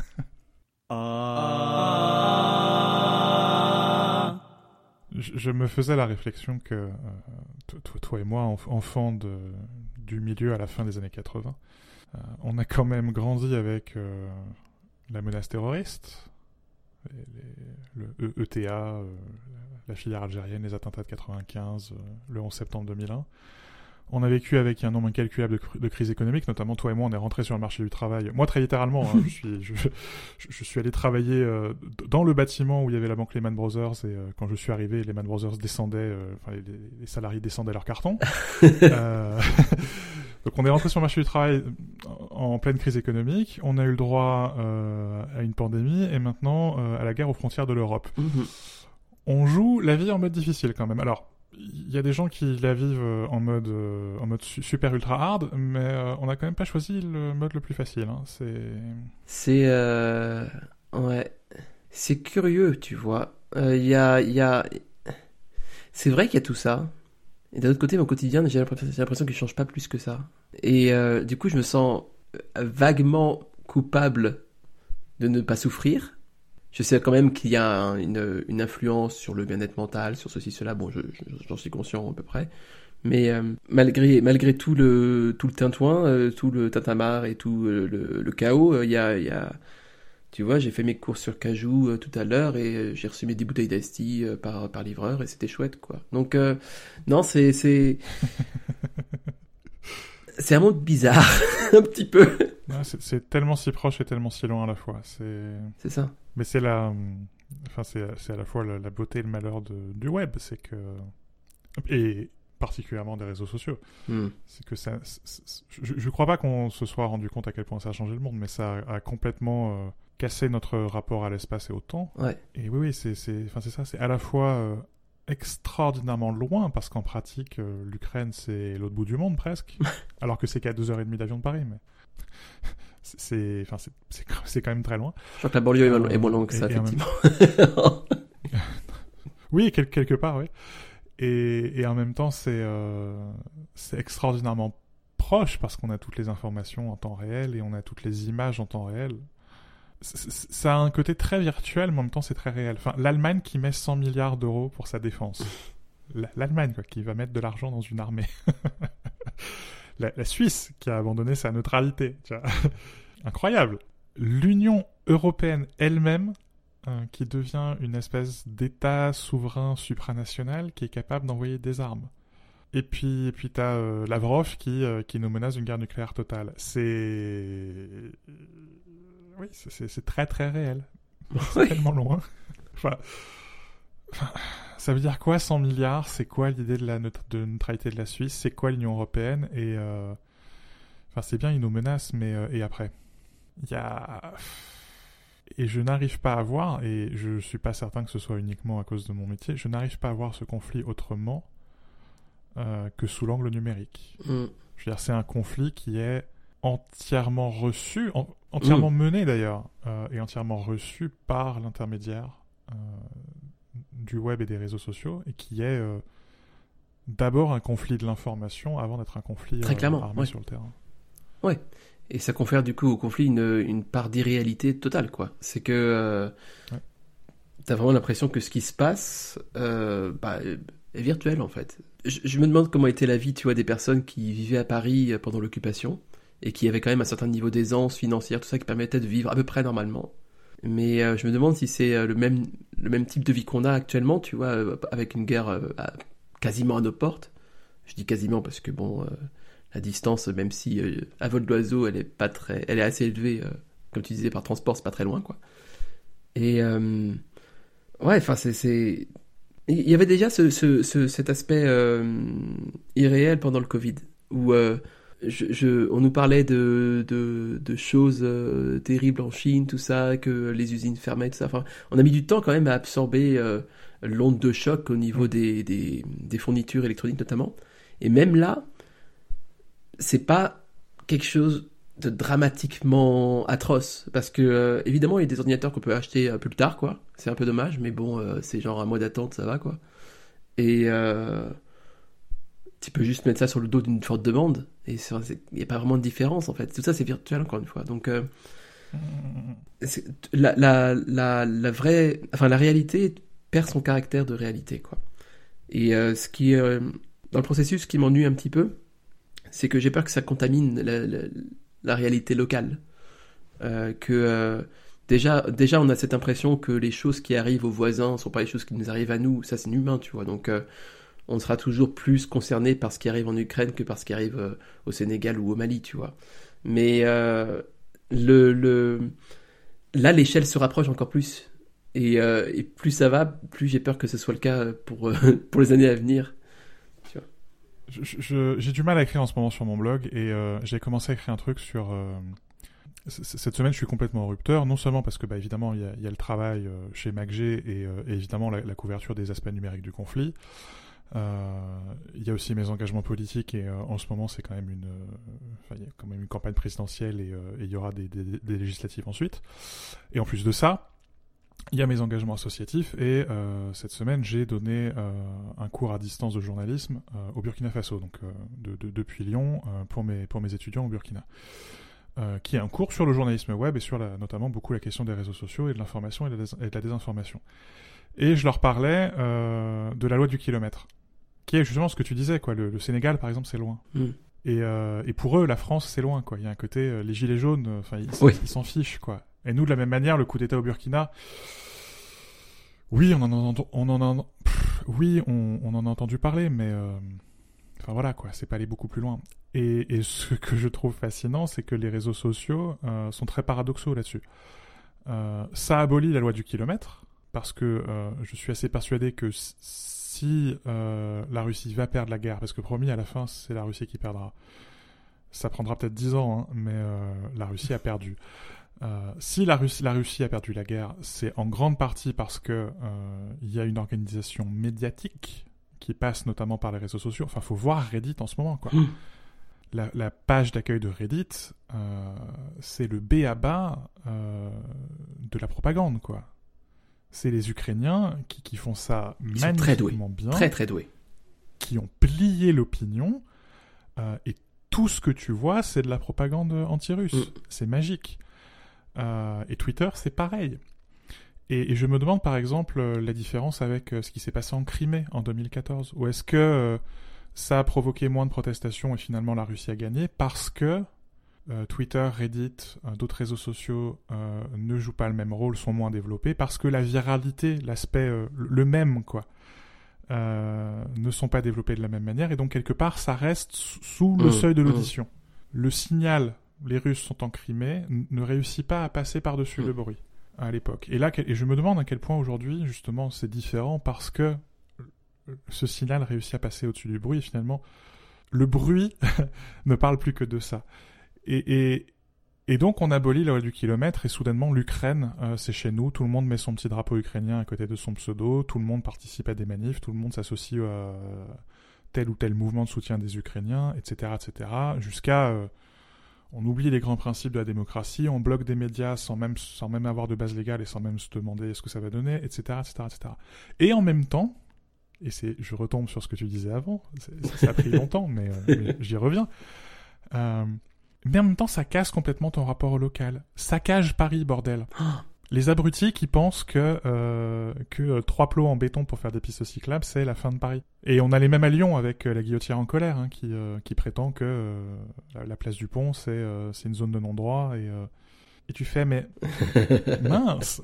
Ah. Je, je me faisais la réflexion que euh, toi, toi et moi, enf- enfants de, du milieu à la fin des années quatre-vingts, euh, on a quand même grandi avec euh, la menace terroriste, les, les, le E T A, euh, la filière algérienne, les attentats de quatre-vingt-quinze, euh, le onze septembre deux mille un. On a vécu avec un nombre incalculable de, cr- de crises économiques, notamment toi et moi, on est rentrés sur le marché du travail. Moi, très littéralement, hein, je, suis, je, je, je suis allé travailler euh, dans le bâtiment où il y avait la banque Lehman Brothers, et euh, quand je suis arrivé, Lehman Brothers descendaient, euh, enfin, les, les salariés descendaient leur carton. euh, donc on est rentré sur le marché du travail en, en pleine crise économique, on a eu le droit euh, à une pandémie, et maintenant euh, à la guerre aux frontières de l'Europe. Mmh. On joue la vie en mode difficile quand même. Alors, il y a des gens qui la vivent en mode, euh, en mode su- super ultra hard, mais euh, on a quand même pas choisi le mode le plus facile. Hein. C'est... C'est... Euh... Ouais. C'est curieux, tu vois. Il euh, y a... Y a... C'est vrai qu'il y a tout ça. Et d'un autre côté, mon quotidien, j'ai l'impression, j'ai l'impression qu'il change pas plus que ça. Et euh, du coup, je me sens vaguement coupable de ne pas souffrir. Je sais quand même qu'il y a un, une, une influence sur le bien-être mental, sur ceci, cela. Bon, je, je, j'en suis conscient à peu près. Mais euh, malgré, malgré tout le, tout le tintouin, euh, tout le tintamarre et tout le, le, le chaos, il euh, y, a, y a... Tu vois, j'ai fait mes courses sur Cajou euh, tout à l'heure et euh, j'ai reçu mes dix bouteilles d'Asti euh, par, par livreur et c'était chouette, quoi. Donc, euh, non, c'est... c'est... c'est un monde bizarre, un petit peu. Ouais, c'est, c'est tellement si proche et tellement si loin à la fois. C'est, c'est ça. Mais c'est la... Enfin, c'est, c'est à la fois la, la beauté et le malheur de, du web. C'est que... Et particulièrement des réseaux sociaux. Mm. C'est que ça... C'est, c'est... Je, je crois pas qu'on se soit rendu compte à quel point ça a changé le monde, mais ça a, a complètement... Euh... casser notre rapport à l'espace et au temps. Ouais. Et oui, oui, c'est, c'est, enfin, c'est ça, c'est à la fois euh, extraordinairement loin, parce qu'en pratique, euh, l'Ukraine, c'est l'autre bout du monde, presque, alors que c'est qu'à deux heures trente d'avion de Paris, mais c'est, c'est, enfin, c'est, c'est, c'est quand même très loin. Je crois que la banlieue euh, est moins longue que ça, effectivement. Même... oui, quel, quelque part, oui. Et, et en même temps, c'est, euh, c'est extraordinairement proche, parce qu'on a toutes les informations en temps réel, et on a toutes les images en temps réel. Ça a un côté très virtuel, mais en même temps c'est très réel. Enfin, l'Allemagne qui met cent milliards d'euros pour sa défense. L'Allemagne, quoi, qui va mettre de l'argent dans une armée. la, la Suisse qui a abandonné sa neutralité. Tu vois. Incroyable. L'Union européenne elle-même, euh, qui devient une espèce d'État souverain supranational qui est capable d'envoyer des armes. Et puis, et puis t'as euh, Lavrov qui, euh, qui nous menace d'une guerre nucléaire totale. C'est... Oui, c'est, c'est, c'est très très réel. C'est oui. Tellement loin. Enfin, enfin, ça veut dire quoi cent milliards? C'est quoi l'idée de la neut- de neutralité de la Suisse? C'est quoi l'Union européenne? Et euh, enfin, c'est bien, ils nous menacent, mais euh, et après, il y a et je n'arrive pas à voir, et je suis pas certain que ce soit uniquement à cause de mon métier, je n'arrive pas à voir ce conflit autrement euh, que sous l'angle numérique. Mm. Je veux dire, c'est un conflit qui est entièrement reçu, en, entièrement mmh. mené d'ailleurs, euh, et entièrement reçu par l'intermédiaire euh, du web et des réseaux sociaux, et qui est euh, d'abord un conflit de l'information avant d'être un conflit Très clairement, euh, armé ouais. sur le terrain. Ouais, et ça confère du coup au conflit une, une part d'irréalité totale, quoi. C'est que euh, ouais. t'as vraiment l'impression que ce qui se passe euh, bah, est virtuel en fait. Je, je me demande comment était la vie, tu vois, des personnes qui vivaient à Paris pendant l'occupation, et qui avait quand même un certain niveau d'aisance financière, tout ça qui permettait de vivre à peu près normalement. Mais euh, je me demande si c'est euh, le même, le même type de vie qu'on a actuellement, tu vois, euh, avec une guerre euh, à, quasiment à nos portes. Je dis quasiment parce que, bon, euh, la distance, même si euh, à vol d'oiseau, elle est, pas très, elle est assez élevée, euh, comme tu disais, par transport, c'est pas très loin, quoi. Et, euh, ouais, enfin, c'est, c'est... Il y avait déjà ce, ce, ce, cet aspect euh, irréel pendant le Covid, où... Euh, Je, je, on nous parlait de, de, de choses euh, terribles en Chine, tout ça, que les usines fermaient, tout ça. Enfin, on a mis du temps quand même à absorber euh, l'onde de choc au niveau des, des, des fournitures électroniques notamment. Et même là, c'est pas quelque chose de dramatiquement atroce. Parce que, euh, évidemment, il y a des ordinateurs qu'on peut acheter un peu plus tard, quoi. C'est un peu dommage, mais bon, euh, c'est genre un mois d'attente, ça va, quoi. Et... Euh, tu peux juste mettre ça sur le dos d'une forte demande et il n'y a pas vraiment de différence en fait. Tout ça c'est virtuel encore une fois. Donc euh, c'est, la, la, la, la vraie, enfin la réalité perd son caractère de réalité quoi. Et euh, ce qui euh, dans le processus ce qui m'ennuie un petit peu, c'est que j'ai peur que ça contamine la, la, la réalité locale. Euh, que euh, déjà, déjà on a cette impression que les choses qui arrivent aux voisins ne sont pas les choses qui nous arrivent à nous. Ça c'est humain tu vois. Donc euh, on sera toujours plus concerné par ce qui arrive en Ukraine que par ce qui arrive euh, au Sénégal ou au Mali, tu vois. Mais euh, le, le... là, l'échelle se rapproche encore plus. Et, euh, et plus ça va, plus j'ai peur que ce soit le cas pour, euh, pour les années à venir. Tu vois. Je, je, j'ai du mal à écrire en ce moment sur mon blog, et euh, j'ai commencé à écrire un truc sur... Euh... Cette semaine, je suis complètement en rupteur, non seulement parce que, bah, évidemment, il y a, y a le travail euh, chez MacG et, euh, et évidemment la, la couverture des aspects numériques du conflit. Il euh, y a aussi mes engagements politiques et euh, en ce moment c'est quand même une, il euh, y a quand même une campagne présidentielle et il euh, y aura des, des, des législatives ensuite. Et en plus de ça, il y a mes engagements associatifs et euh, cette semaine j'ai donné euh, un cours à distance de journalisme euh, au Burkina Faso, donc euh, de, de, depuis Lyon euh, pour mes pour mes étudiants au Burkina, euh, qui est un cours sur le journalisme web et sur la, notamment beaucoup la question des réseaux sociaux et de l'information et de la, et de la désinformation. Et je leur parlais euh, de la loi du kilomètre, qui est justement ce que tu disais, quoi. Le, le Sénégal par exemple c'est loin. Mm. Et, euh, et pour eux la France c'est loin, quoi. Il y a un côté euh, les gilets jaunes, enfin ils, oui. ils s'en fichent, quoi. Et nous, de la même manière, le coup d'État au Burkina, oui, on en a, on en a, pff, oui, on, on en a entendu parler, mais, euh, enfin voilà, quoi, c'est pas aller beaucoup plus loin. Et, et ce que je trouve fascinant, c'est que les réseaux sociaux euh, sont très paradoxaux là-dessus. Euh, ça abolit la loi du kilomètre, parce que euh, je suis assez persuadé que si euh, la Russie va perdre la guerre, parce que promis, à la fin, c'est la Russie qui perdra. Ça prendra peut-être dix ans, hein, mais euh, la Russie a perdu. Euh, si la Russie, la Russie a perdu la guerre, c'est en grande partie parce que euh, il y a une organisation médiatique qui passe notamment par les réseaux sociaux. Enfin, faut voir Reddit en ce moment, quoi. Mmh. La, la page d'accueil de Reddit, euh, c'est le b a ba euh, de la propagande, quoi. C'est les Ukrainiens qui, qui font ça Ils magnifiquement bien, très très doués, qui ont plié l'opinion, euh, et tout ce que tu vois, c'est de la propagande anti-russe. Mmh. C'est magique. Euh, et Twitter, c'est pareil. Et, et je me demande, par exemple, euh, la différence avec euh, ce qui s'est passé en Crimée en deux mille quatorze. Ou est-ce que euh, ça a provoqué moins de protestations et finalement la Russie a gagné parce que euh, Twitter, Reddit, euh, d'autres réseaux sociaux euh, ne jouent pas le même rôle, sont moins développés, parce que la viralité, l'aspect, euh, le même, quoi, euh, ne sont pas développés de la même manière. Et donc, quelque part, ça reste sous le mmh, seuil de l'audition. Mmh. Le signal... les Russes sont en Crimée, n- ne réussit pas à passer par-dessus mmh. le bruit à l'époque. Et là, et je me demande à quel point aujourd'hui, justement, c'est différent parce que ce signal réussit à passer au-dessus du bruit et finalement, le bruit ne parle plus que de ça. Et, et, et donc, on abolit la loi du kilomètre et soudainement, l'Ukraine, euh, c'est chez nous, tout le monde met son petit drapeau ukrainien à côté de son pseudo, tout le monde participe à des manifs, tout le monde s'associe à tel ou tel mouvement de soutien des Ukrainiens, et cetera, et cetera, jusqu'à... Euh, on oublie les grands principes de la démocratie, on bloque des médias sans même, sans même avoir de base légale et sans même se demander ce que ça va donner, et cetera, et cetera, et cetera. Et en même temps, et c'est, je retombe sur ce que tu disais avant, c'est, ça a pris longtemps, mais, euh, mais j'y reviens, euh, mais en même temps, ça casse complètement ton rapport au local. Saccage Paris, bordel. Les abrutis qui pensent que, euh, que euh, trois plots en béton pour faire des pistes cyclables, c'est la fin de Paris. Et on a les mêmes à Lyon avec euh, la Guillotière en colère, hein, qui, euh, qui prétend que euh, la, la place du Pont, c'est, euh, c'est une zone de non-droit. Et, euh, et tu fais, mais mince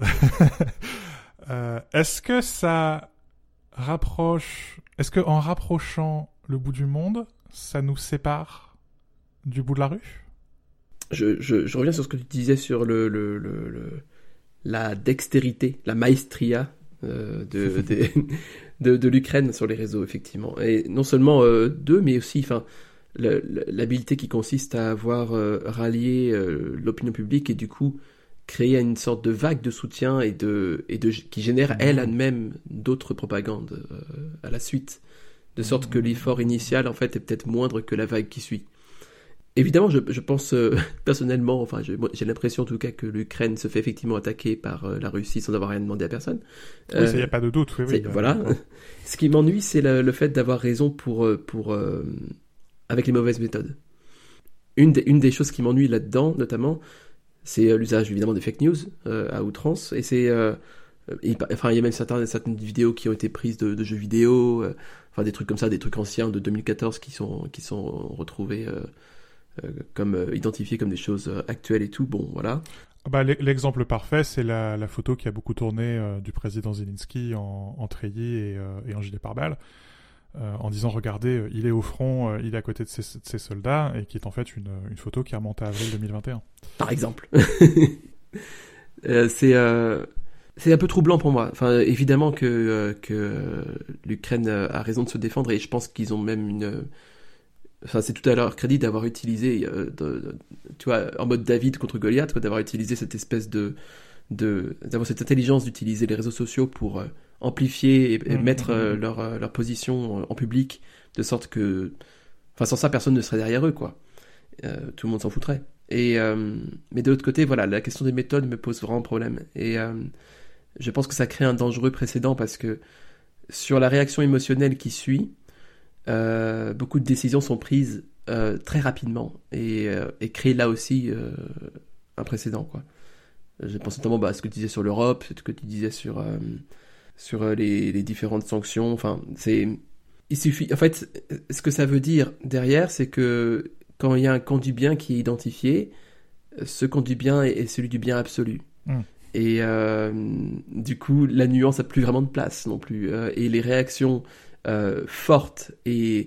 euh, Est-ce que ça rapproche... Est-ce qu'en rapprochant le bout du monde, ça nous sépare du bout de la rue ? je, je, je reviens sur ce que tu disais sur le... le, le, le... la dextérité, la maestria euh, de, de, de, de l'Ukraine sur les réseaux, effectivement. Et non seulement euh, d'eux, mais aussi enfin, le, le, l'habileté qui consiste à avoir euh, rallié euh, l'opinion publique et du coup créer une sorte de vague de soutien et de, et de, qui génère elle elle-même d'autres propagandes euh, à la suite. De sorte que l'effort initial, en fait, est peut-être moindre que la vague qui suit. Évidemment, je, je pense euh, personnellement, enfin, je, moi, j'ai l'impression en tout cas que l'Ukraine se fait effectivement attaquer par euh, la Russie sans avoir rien demandé à personne. Oui, il euh, n'y a pas de doute. Oui, oui, voilà. Euh, Ce qui m'ennuie, c'est le, le fait d'avoir raison pour, pour euh, avec les mauvaises méthodes. Une des, une des choses qui m'ennuie là-dedans, notamment, c'est euh, l'usage évidemment des fake news euh, à outrance. Et c'est, euh, il, enfin, il y a même certaines, certaines vidéos qui ont été prises de, de jeux vidéo, euh, enfin des trucs comme ça, des trucs anciens de deux mille quatorze qui sont qui sont retrouvés. Euh, Euh, comme euh, identifiés comme des choses euh, actuelles et tout, bon, voilà. Bah, l'exemple parfait, c'est la, la photo qui a beaucoup tourné euh, du président Zelensky en, en treillis et, euh, et en gilet pare-balles, euh, en disant, regardez, euh, il est au front, euh, il est à côté de ses, de ses soldats, et qui est en fait une, une photo qui remonte à avril deux mille vingt et un. Par exemple. euh, c'est... Euh... C'est un peu troublant pour moi. Enfin, évidemment que, euh, que euh, l'Ukraine a raison de se défendre, et je pense qu'ils ont même une... Enfin, c'est tout à leur crédit d'avoir utilisé, euh, de, de, tu vois, en mode David contre Goliath, quoi, d'avoir utilisé cette espèce de, de, d'avoir cette intelligence d'utiliser les réseaux sociaux pour euh, amplifier et, et mmh, mettre euh, mmh. leur, euh, leur position en public, de sorte que, enfin, sans ça, personne ne serait derrière eux, quoi. Euh, tout le monde s'en foutrait. Et, euh, mais de l'autre côté, voilà, la question des méthodes me pose vraiment problème. Et, euh, je pense que ça crée un dangereux précédent parce que sur la réaction émotionnelle qui suit, euh, beaucoup de décisions sont prises euh, très rapidement et, euh, et créent là aussi euh, un précédent, quoi. Je pense notamment bah, à ce que tu disais sur l'Europe, ce que tu disais sur, euh, sur les, les différentes sanctions. Enfin, c'est, il suffit. En fait, ce que ça veut dire derrière, c'est que quand il y a un camp du bien qui est identifié, ce camp du bien est, est celui du bien absolu. Mm. Et euh, du coup, la nuance n'a plus vraiment de place non plus. Euh, et les réactions euh, fortes et,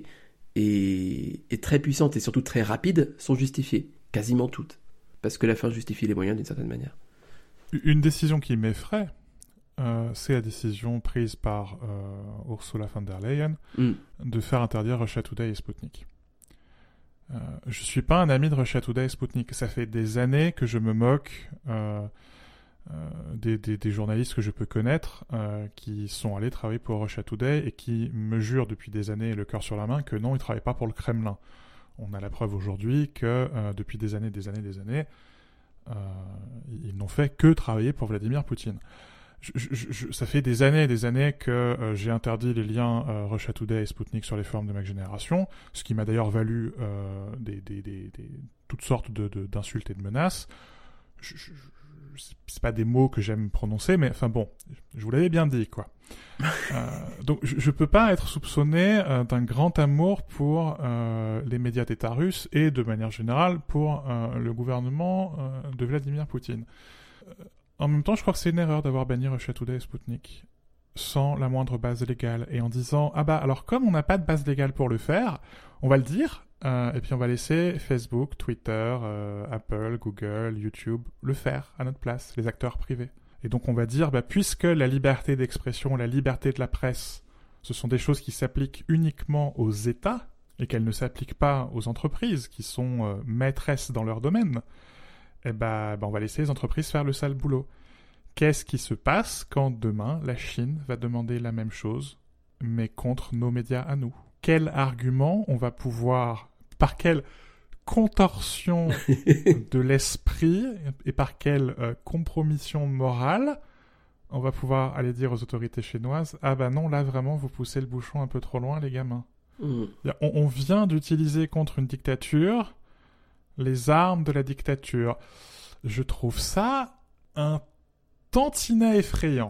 et, et très puissantes et surtout très rapides sont justifiées, quasiment toutes. Parce que la fin justifie les moyens d'une certaine manière. Une décision qui m'effraie, euh, c'est la décision prise par euh, Ursula von der Leyen mm. de faire interdire Russia Today et Sputnik. Euh, je suis pas un ami de Russia Today et Sputnik. Ça fait des années que je me moque euh, euh, des, des, des journalistes que je peux connaître euh, qui sont allés travailler pour Russia Today et qui me jurent depuis des années, le cœur sur la main, que non, ils travaillent pas pour le Kremlin. On a la preuve aujourd'hui que euh, depuis des années, des années, des années, euh, ils n'ont fait que travailler pour Vladimir Poutine. Je, je, je, ça fait des années et des années que euh, j'ai interdit les liens euh, Russia Today et Sputnik sur les forums de ma génération, ce qui m'a d'ailleurs valu euh, des, des, des, des, toutes sortes de, de, d'insultes et de menaces. Je, je, je, c'est pas des mots que j'aime prononcer, mais enfin bon, je vous l'avais bien dit, quoi. euh, donc je, je peux pas être soupçonné euh, d'un grand amour pour euh, les médias d'État russes et de manière générale pour euh, le gouvernement euh, de Vladimir Poutine. Euh, En même temps, je crois que c'est une erreur d'avoir banni Russia Today et Sputnik sans la moindre base légale et en disant « Ah bah, alors comme on n'a pas de base légale pour le faire, on va le dire euh, et puis on va laisser Facebook, Twitter, euh, Apple, Google, YouTube le faire à notre place, les acteurs privés. » Et donc on va dire bah, « Puisque la liberté d'expression, la liberté de la presse, ce sont des choses qui s'appliquent uniquement aux États et qu'elles ne s'appliquent pas aux entreprises qui sont euh, maîtresses dans leur domaine, eh ben, ben, on va laisser les entreprises faire le sale boulot. » Qu'est-ce qui se passe quand demain la Chine va demander la même chose, mais contre nos médias à nous ? Quel argument on va pouvoir, par quelle contorsion de l'esprit et par quelle euh, compromission morale on va pouvoir aller dire aux autorités chinoises « Ah ben non, là vraiment vous poussez le bouchon un peu trop loin les gamins. Mmh. » on, on vient d'utiliser contre une dictature les armes de la dictature. Je trouve ça un tantinet effrayant.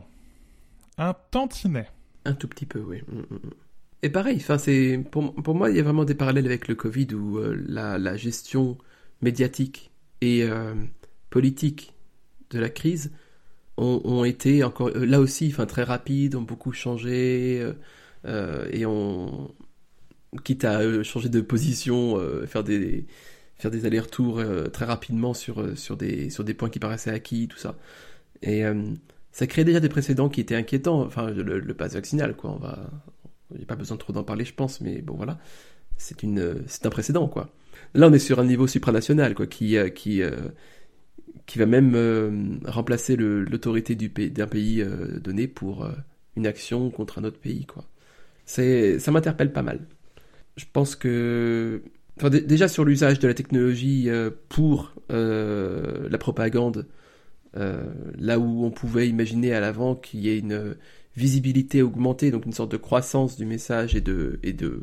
Un tantinet. Un tout petit peu, oui. Et pareil, enfin, c'est, pour, pour moi, il y a vraiment des parallèles avec le Covid où euh, la, la gestion médiatique et euh, politique de la crise ont, ont été encore, euh, là aussi, enfin, très rapides, ont beaucoup changé euh, euh, et ont, quitte à euh, changer de position, euh, faire des... faire des allers-retours euh, très rapidement sur, euh, sur, des, sur des points qui paraissaient acquis, tout ça. Et euh, ça crée déjà des précédents qui étaient inquiétants. Enfin, le, le pass vaccinal, quoi. On va... Il n'y a pas besoin trop d'en parler, je pense, mais bon, voilà. C'est, une, c'est un précédent, quoi. Là, on est sur un niveau supranational, quoi, qui, euh, qui, euh, qui va même euh, remplacer le, l'autorité du pays, d'un pays euh, donné pour euh, une action contre un autre pays, quoi. C'est, ça m'interpelle pas mal. Je pense que... Enfin, d- déjà sur l'usage de la technologie euh, pour euh, la propagande, euh, là où on pouvait imaginer à l'avant qu'il y ait une visibilité augmentée, donc une sorte de croissance du message et de, et de,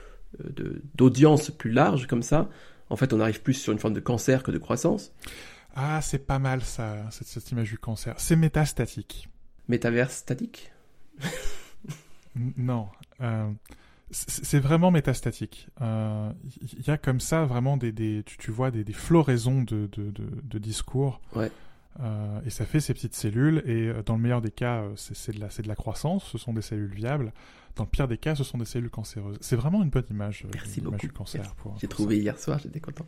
de d'audience plus large comme ça, en fait on arrive plus sur une forme de cancer que de croissance. Ah, c'est pas mal ça, cette, cette image du cancer. C'est métastatique. Métaverse statique. Non. Euh... C'est vraiment métastatique. Il euh, y a comme ça vraiment des, des tu, tu vois des, des floraisons de, de, de, de discours. Ouais. Euh, et ça fait ces petites cellules. Et dans le meilleur des cas, c'est, c'est, de la, c'est de la croissance. Ce sont des cellules viables. Dans le pire des cas, ce sont des cellules cancéreuses. C'est vraiment une bonne image. Merci une beaucoup. Image du cancer. Pour, J'ai pour trouvé ça. hier soir, j'étais content.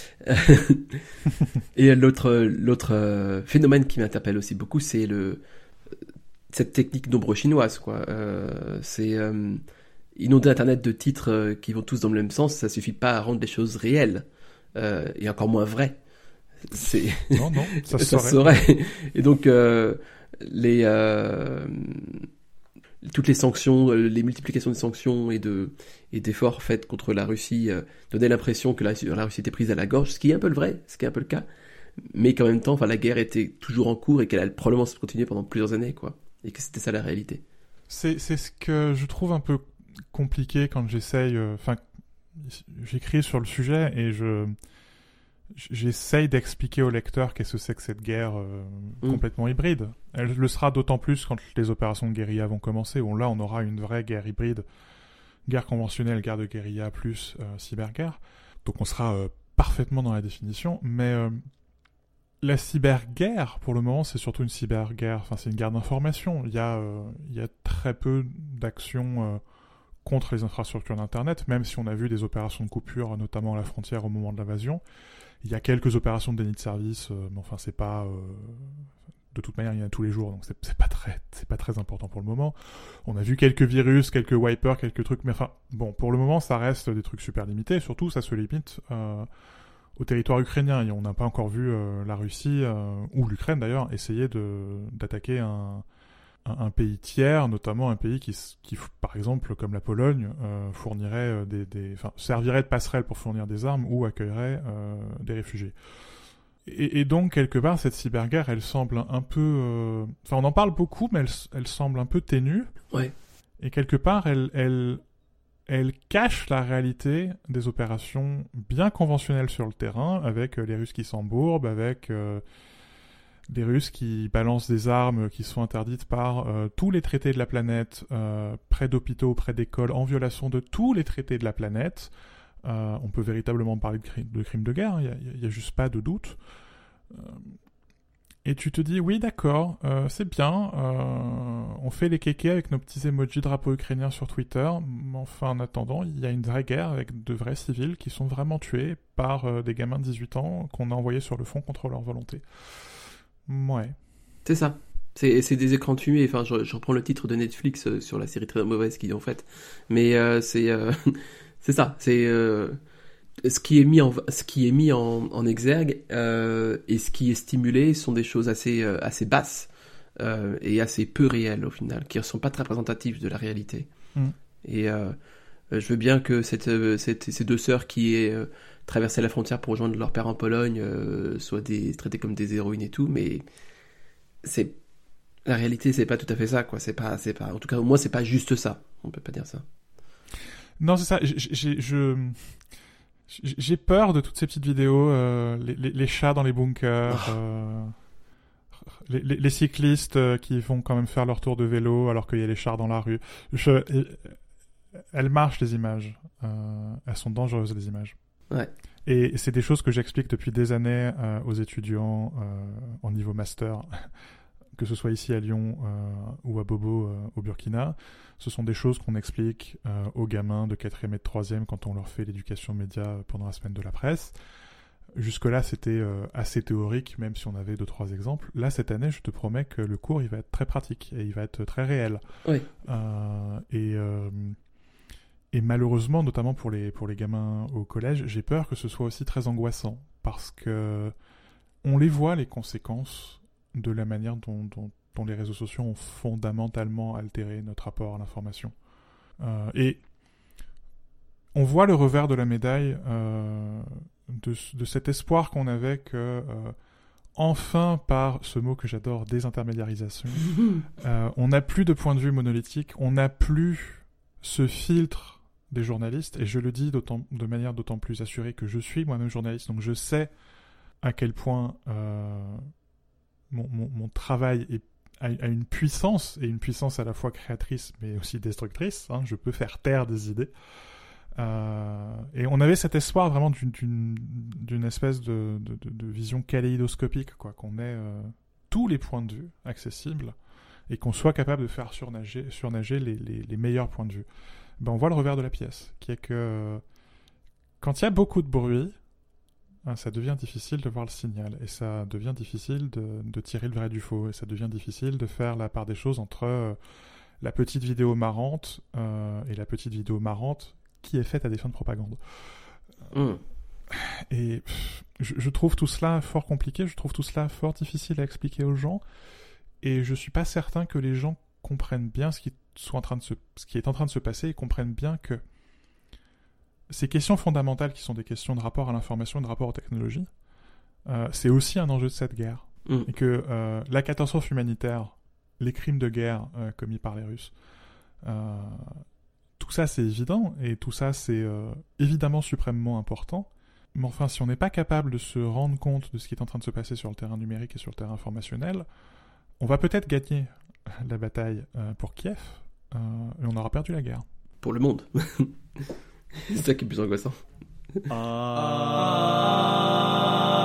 Et l'autre, l'autre phénomène qui m'interpelle aussi beaucoup, c'est le cette technique d'ombre chinoise, quoi. Euh, c'est euh, inonder Internet de titres euh, qui vont tous dans le même sens, ça suffit pas à rendre les choses réelles, euh, et encore moins vraies. C'est... Non, non, ça, ça se saurait. Et donc, euh, les, euh, toutes les sanctions, les multiplications de sanctions et, de, et d'efforts faits contre la Russie euh, donnaient l'impression que la, la Russie était prise à la gorge, ce qui est un peu le vrai, ce qui est un peu le cas. mais qu'en même temps, enfin, la guerre était toujours en cours et qu'elle allait probablement se continuer pendant plusieurs années, quoi. Et que c'était ça la réalité. C'est, c'est ce que je trouve un peu compliqué quand j'essaye... Enfin, euh, j'écris sur le sujet et je... J'essaye d'expliquer au lecteur qu'est-ce que c'est que cette guerre euh, mmh. complètement hybride. Elle le sera d'autant plus quand les opérations de guérilla vont commencer, où là on aura une vraie guerre hybride, guerre conventionnelle, guerre de guérilla plus euh, cyberguerre. Donc on sera euh, parfaitement dans la définition, mais euh, la cyberguerre, pour le moment, c'est surtout une cyberguerre, enfin c'est une guerre d'information. Il y a, euh, il y a très peu d'actions euh, contre les infrastructures d'Internet, même si on a vu des opérations de coupure, notamment à la frontière au moment de l'invasion. Il y a quelques opérations de déni de service, euh, mais enfin c'est pas... Euh... De toute manière, il y en a tous les jours, donc c'est, c'est pas très, c'est pas très important pour le moment. On a vu quelques virus, quelques wipers, quelques trucs, mais enfin, bon, pour le moment, ça reste des trucs super limités. Et surtout, ça se limite euh, au territoire ukrainien. Et on n'a pas encore vu euh, la Russie, euh, ou l'Ukraine d'ailleurs, essayer de, d'attaquer un, un, un pays tiers, notamment un pays qui, qui par exemple, comme la Pologne, euh, fournirait des, des, enfin, servirait de passerelle pour fournir des armes ou accueillerait euh, des réfugiés. Et, et donc, quelque part, cette cyberguerre, elle semble un peu... Euh... Enfin, on en parle beaucoup, mais elle, elle semble un peu ténue. Ouais. Et quelque part, elle, elle, elle cache la réalité des opérations bien conventionnelles sur le terrain, avec euh, les Russes qui s'embourbent, avec euh, des Russes qui balancent des armes qui sont interdites par euh, tous les traités de la planète, euh, près d'hôpitaux, près d'écoles, en violation de tous les traités de la planète. Euh, on peut véritablement parler de, cri- de crimes de guerre, il n'y a, a juste pas de doute. Euh, et tu te dis, oui d'accord, euh, c'est bien, euh, on fait les kékés avec nos petits emojis drapeaux ukrainiens sur Twitter, mais enfin en attendant, il y a une vraie guerre avec de vrais civils qui sont vraiment tués par euh, des gamins de dix-huit ans qu'on a envoyés sur le front contre leur volonté. Ouais. C'est ça. C'est, c'est des écrans tués, enfin je, je reprends le titre de Netflix euh, sur la série très mauvaise qu'ils ont faite, mais euh, c'est... Euh... C'est ça, c'est euh, ce qui est mis en ce qui est mis en, en exergue euh, et ce qui est stimulé sont des choses assez euh, assez basses euh, et assez peu réelles au final, qui ne sont pas très représentatives de la réalité. Mm. Et euh, je veux bien que cette, cette ces deux sœurs qui aient euh, traversé la frontière pour rejoindre leur père en Pologne euh, soient des, traitées comme des héroïnes et tout, mais c'est la réalité, c'est pas tout à fait ça, quoi. C'est pas c'est pas en tout cas moi c'est pas juste ça. On peut pas dire ça. Non, c'est ça. J'ai, j'ai, je, j'ai peur de toutes ces petites vidéos, euh, les, les, les chats dans les bunkers, oh. euh, les, les, les cyclistes qui vont quand même faire leur tour de vélo alors qu'il y a les chars dans la rue. Je, elles marchent, les images. Euh, elles sont dangereuses, les images. Ouais. Et c'est des choses que j'explique depuis des années euh, aux étudiants euh, en niveau master, que ce soit ici à Lyon euh, ou à Bobo euh, au Burkina. Ce sont des choses qu'on explique euh, aux gamins de quatrième et de troisième quand on leur fait l'éducation média pendant la semaine de la presse. Jusque-là, c'était euh, assez théorique, même si on avait deux, trois exemples. Là, cette année, je te promets que le cours, il va être très pratique et il va être très réel. Oui. Euh, et, euh, et malheureusement, notamment pour les, pour les gamins au collège, j'ai peur que ce soit aussi très angoissant parce que on les voit, les conséquences de la manière dont, dont, dont les réseaux sociaux ont fondamentalement altéré notre rapport à l'information. Euh, et on voit le revers de la médaille euh, de, de cet espoir qu'on avait que, euh, enfin, par ce mot que j'adore, désintermédiarisation, euh, on n'a plus de point de vue monolithique, on n'a plus ce filtre des journalistes, et je le dis d'autant, de manière d'autant plus assurée que je suis moi-même journaliste, donc je sais à quel point euh, mon, mon, mon travail est, a, a une puissance, et une puissance à la fois créatrice mais aussi destructrice, hein, je peux faire taire des idées. Euh, et on avait cet espoir vraiment d'une, d'une, d'une espèce de, de, de, de vision kaléidoscopique, quoi, qu'on ait euh, tous les points de vue accessibles et qu'on soit capable de faire surnager, surnager les, les, les meilleurs points de vue. Ben, on voit le revers de la pièce, qui est que quand il y a beaucoup de bruit, hein, ça devient difficile de voir le signal, et ça devient difficile de, de tirer le vrai du faux, et ça devient difficile de faire la part des choses entre euh, la petite vidéo marrante euh, et la petite vidéo marrante qui est faite à des fins de propagande. Mmh. Et pff, je, je trouve tout cela fort compliqué, je trouve tout cela fort difficile à expliquer aux gens, et je suis pas certain que les gens comprennent bien ce qui, soit en train de se, ce qui est en train de se passer, et comprennent bien que ces questions fondamentales, qui sont des questions de rapport à l'information et de rapport aux technologies, euh, c'est aussi un enjeu de cette guerre. Mm. Et que euh, la catastrophe humanitaire, les crimes de guerre euh, commis par les Russes, euh, tout ça c'est évident, et tout ça c'est euh, évidemment suprêmement important. Mais enfin, si on n'est pas capable de se rendre compte de ce qui est en train de se passer sur le terrain numérique et sur le terrain informationnel, on va peut-être gagner la bataille euh, pour Kiev, euh, et on aura perdu la guerre. Pour le monde. C'est ça qui est plus angoissant. Ah.